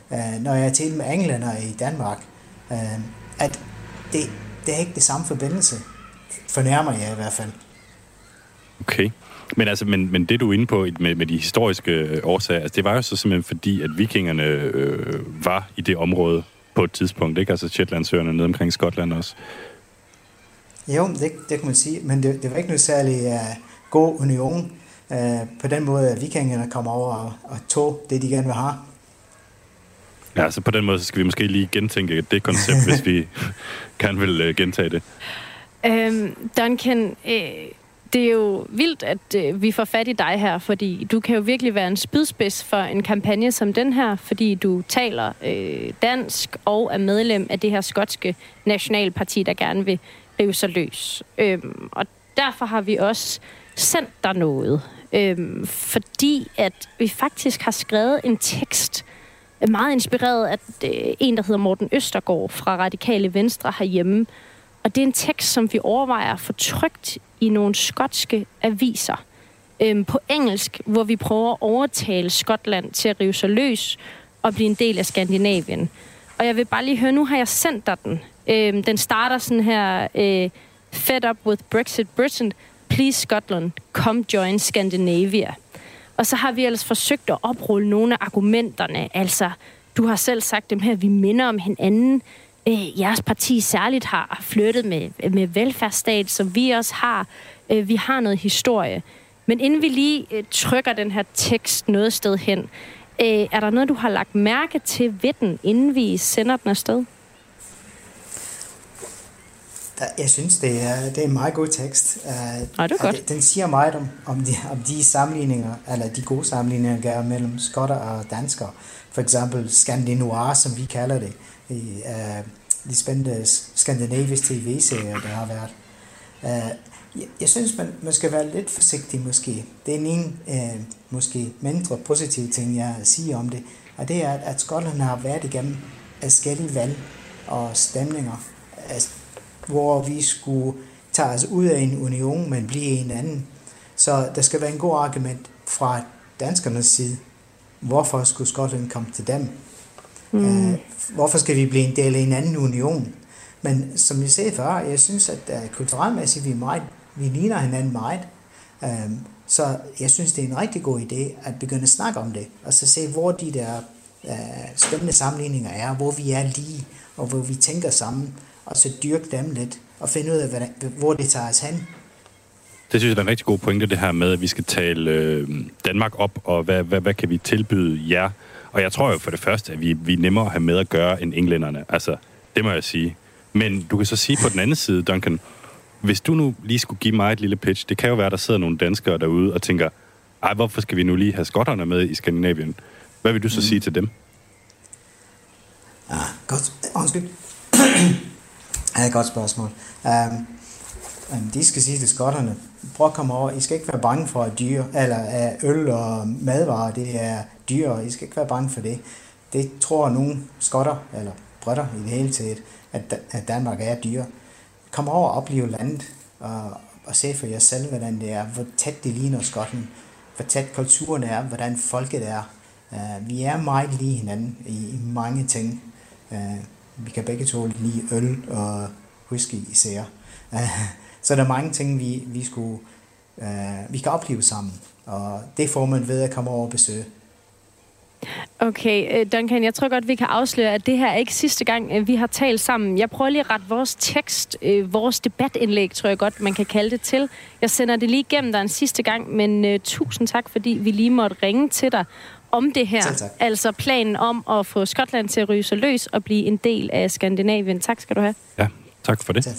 øh, når jeg er til med englænder i Danmark, øh, at det, det er ikke det samme forbindelse. Fornærmer jeg i hvert fald. Okay. Men, altså, men, men det, du er inde på med, med de historiske årsager, altså, det var jo så simpelthen fordi, at vikingerne øh, var i det område på et tidspunkt, ikke? Altså Shetlandsøerne nede omkring Skotland også. Jo, det, det kan man sige, men det, det var ikke noget særlig uh, god union uh, på den måde, at vikingerne kom over og, og tog det, de gerne vil have. Ja, altså på den måde, så skal vi måske lige gentænke det koncept, hvis vi kan vil uh, gentage det. Øhm, Duncan, øh, det er jo vildt, at øh, vi får fat i dig her, fordi du kan jo virkelig være en spydspids for en kampagne som den her, fordi du taler øh, dansk og er medlem af det her skotske nationalparti, der gerne vil rive sig løs. Øhm, og derfor har vi også sendt dig noget, øhm, fordi at vi faktisk har skrevet en tekst, meget inspireret af øh, en, der hedder Morten Østergaard fra Radikale Venstre herhjemme. Og det er en tekst, som vi overvejer at få trykt i nogle skotske aviser øhm, på engelsk, hvor vi prøver at overtale Skotland til at rive sig løs og blive en del af Skandinavien. Og jeg vil bare lige høre, nu har jeg sendt dig den. Øhm, den starter sådan her, øh, Fed up with Brexit Britain, please Scotland, come join Scandinavia. Og så har vi ellers forsøgt at oprulle nogle af argumenterne. Altså, du har selv sagt dem her, vi minder om hinanden. Øh, jeres parti særligt har flyttet med, med velfærdsstat, som vi også har. Øh, vi har noget historie. Men inden vi lige øh, trykker den her tekst noget sted hen, øh, er der noget, du har lagt mærke til ved den, inden vi sender den afsted? Jeg synes, det er, det er en meget god tekst. Uh, det er godt. Den siger meget om, om, de, om de sammenligninger, eller de gode sammenligninger, der er mellem skotter og danskere. For eksempel Scandinoir, som vi kalder det, i uh, de spændende skandinaviske tv-serier, der har været. Uh, jeg, jeg synes, man, man skal være lidt forsigtig måske. Det er en uh, måske mindre positiv ting, jeg siger om det, og det er, at Skotland har været igennem forskellige valg og stemninger, altså, hvor vi skulle tage os ud af en union, men blive en anden. Så der skal være en god argument fra danskernes side. Hvorfor skulle Skotland komme til dem? Mm. Uh, hvorfor skal vi blive en del af en anden union? Men som jeg sagde før, jeg synes, at uh, kulturelmæssigt vi, meget, vi ligner hinanden meget. Uh, så jeg synes, det er en rigtig god idé at begynde at snakke om det, og så se, hvor de der uh, spændende sammenligninger er, hvor vi er lige, og hvor vi tænker sammen, og så dyrke dem lidt, og finde ud af, hvad, hvor det tager os hen. Det synes jeg er en rigtig god pointe, det her med, at vi skal tale øh, Danmark op, og hvad, hvad, hvad kan vi tilbyde jer? Og jeg tror jo for det første, at vi, vi er nemmere at have med at gøre end englænderne. Altså, det må jeg sige. Men du kan så sige på den anden side, Duncan, hvis du nu lige skulle give mig et lille pitch, det kan jo være, der sidder nogle danskere derude og tænker, ej, hvorfor skal vi nu lige have skotterne med i Skandinavien? Hvad vil du så mm. sige til dem? Ah, godt. Undskyld. Det er et godt spørgsmål. Um, um, de skal sige til skotterne, prøv at komme over, I skal ikke være bange for at dyr, eller at øl og madvarer, det er dyr, I skal ikke være bange for det. Det tror nogle skotter, eller brøtter i det hele taget, at, at Danmark er dyr. Kom over og opleve landet, og, og se for jer selv, hvordan det er, hvor tæt det ligner Skotland, hvor tæt kulturen er, hvordan folket er. Uh, vi er meget lige hinanden i, i mange ting. Uh, Vi kan begge to lide øl og whisky især. Uh, så der er mange ting, vi, vi, skulle, uh, vi kan opleve sammen. Og det får man ved at komme over og besøge. Okay, Duncan, jeg tror godt, vi kan afsløre, at det her er ikke sidste gang, vi har talt sammen. Jeg prøver lige at rette vores tekst, vores debatindlæg, tror jeg godt, man kan kalde det til. Jeg sender det lige igennem dig en sidste gang, men uh, tusind tak, fordi vi lige måtte ringe til dig om det her. Altså planen om at få Skotland til at ryge sig løs og blive en del af Skandinavien. Tak skal du have. Ja, tak for det. Tak.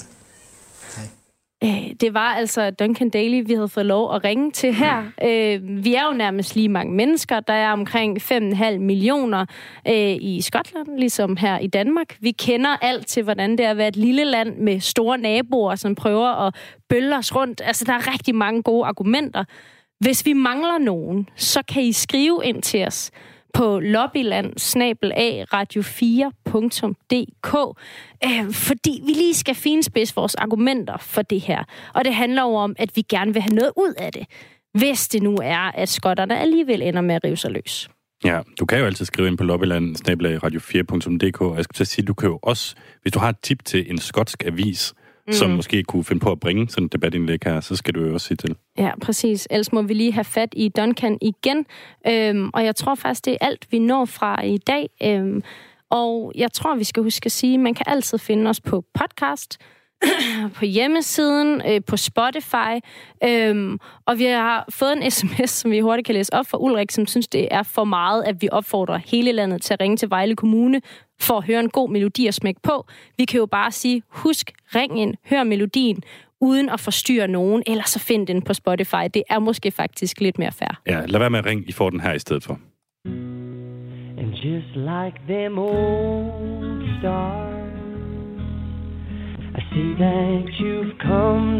Det var altså Duncan Daly, vi havde fået lov at ringe til her. Vi er jo nærmest lige mange mennesker. Der er omkring fem komma fem millioner i Skotland, ligesom her i Danmark. Vi kender alt til, hvordan det er at være et lille land med store naboer, som prøver at bølle os rundt. Altså, der er rigtig mange gode argumenter. Hvis vi mangler nogen, så kan I skrive ind til os på lobbyland snabel-a radio fire punktum d k, øh, fordi vi lige skal finspidse vores argumenter for det her. Og det handler jo om, at vi gerne vil have noget ud af det, hvis det nu er, at skotterne alligevel ender med at rive sig løs. Ja, du kan jo altid skrive ind på lobbyland snabel-a radio fire punktum d k, og jeg skulle til at sige, du kan jo også, hvis du har et tip til en skotsk avis, mm. som måske kunne finde på at bringe sådan en debatindlæg her, så skal du jo også sige til. Ja, præcis. Ellers må vi lige have fat i Duncan igen. Øhm, og jeg tror faktisk, det er alt, vi når fra i dag. Øhm, og jeg tror, vi skal huske at sige, at man kan altid finde os på podcast, på hjemmesiden, øh, på Spotify. Øhm, og vi har fået en sms, som vi hurtigt kan læse op fra Ulrik, som synes, det er for meget, at vi opfordrer hele landet til at ringe til Vejle Kommune for at høre en god melodi og smække på. Vi kan jo bare sige, husk, ring ind, hør melodien, uden at forstyrre nogen, eller så find den på Spotify. Det er måske faktisk lidt mere fair. Ja, lad være med at ringe, I får den her i stedet for. And just like them old stars, I see that you've come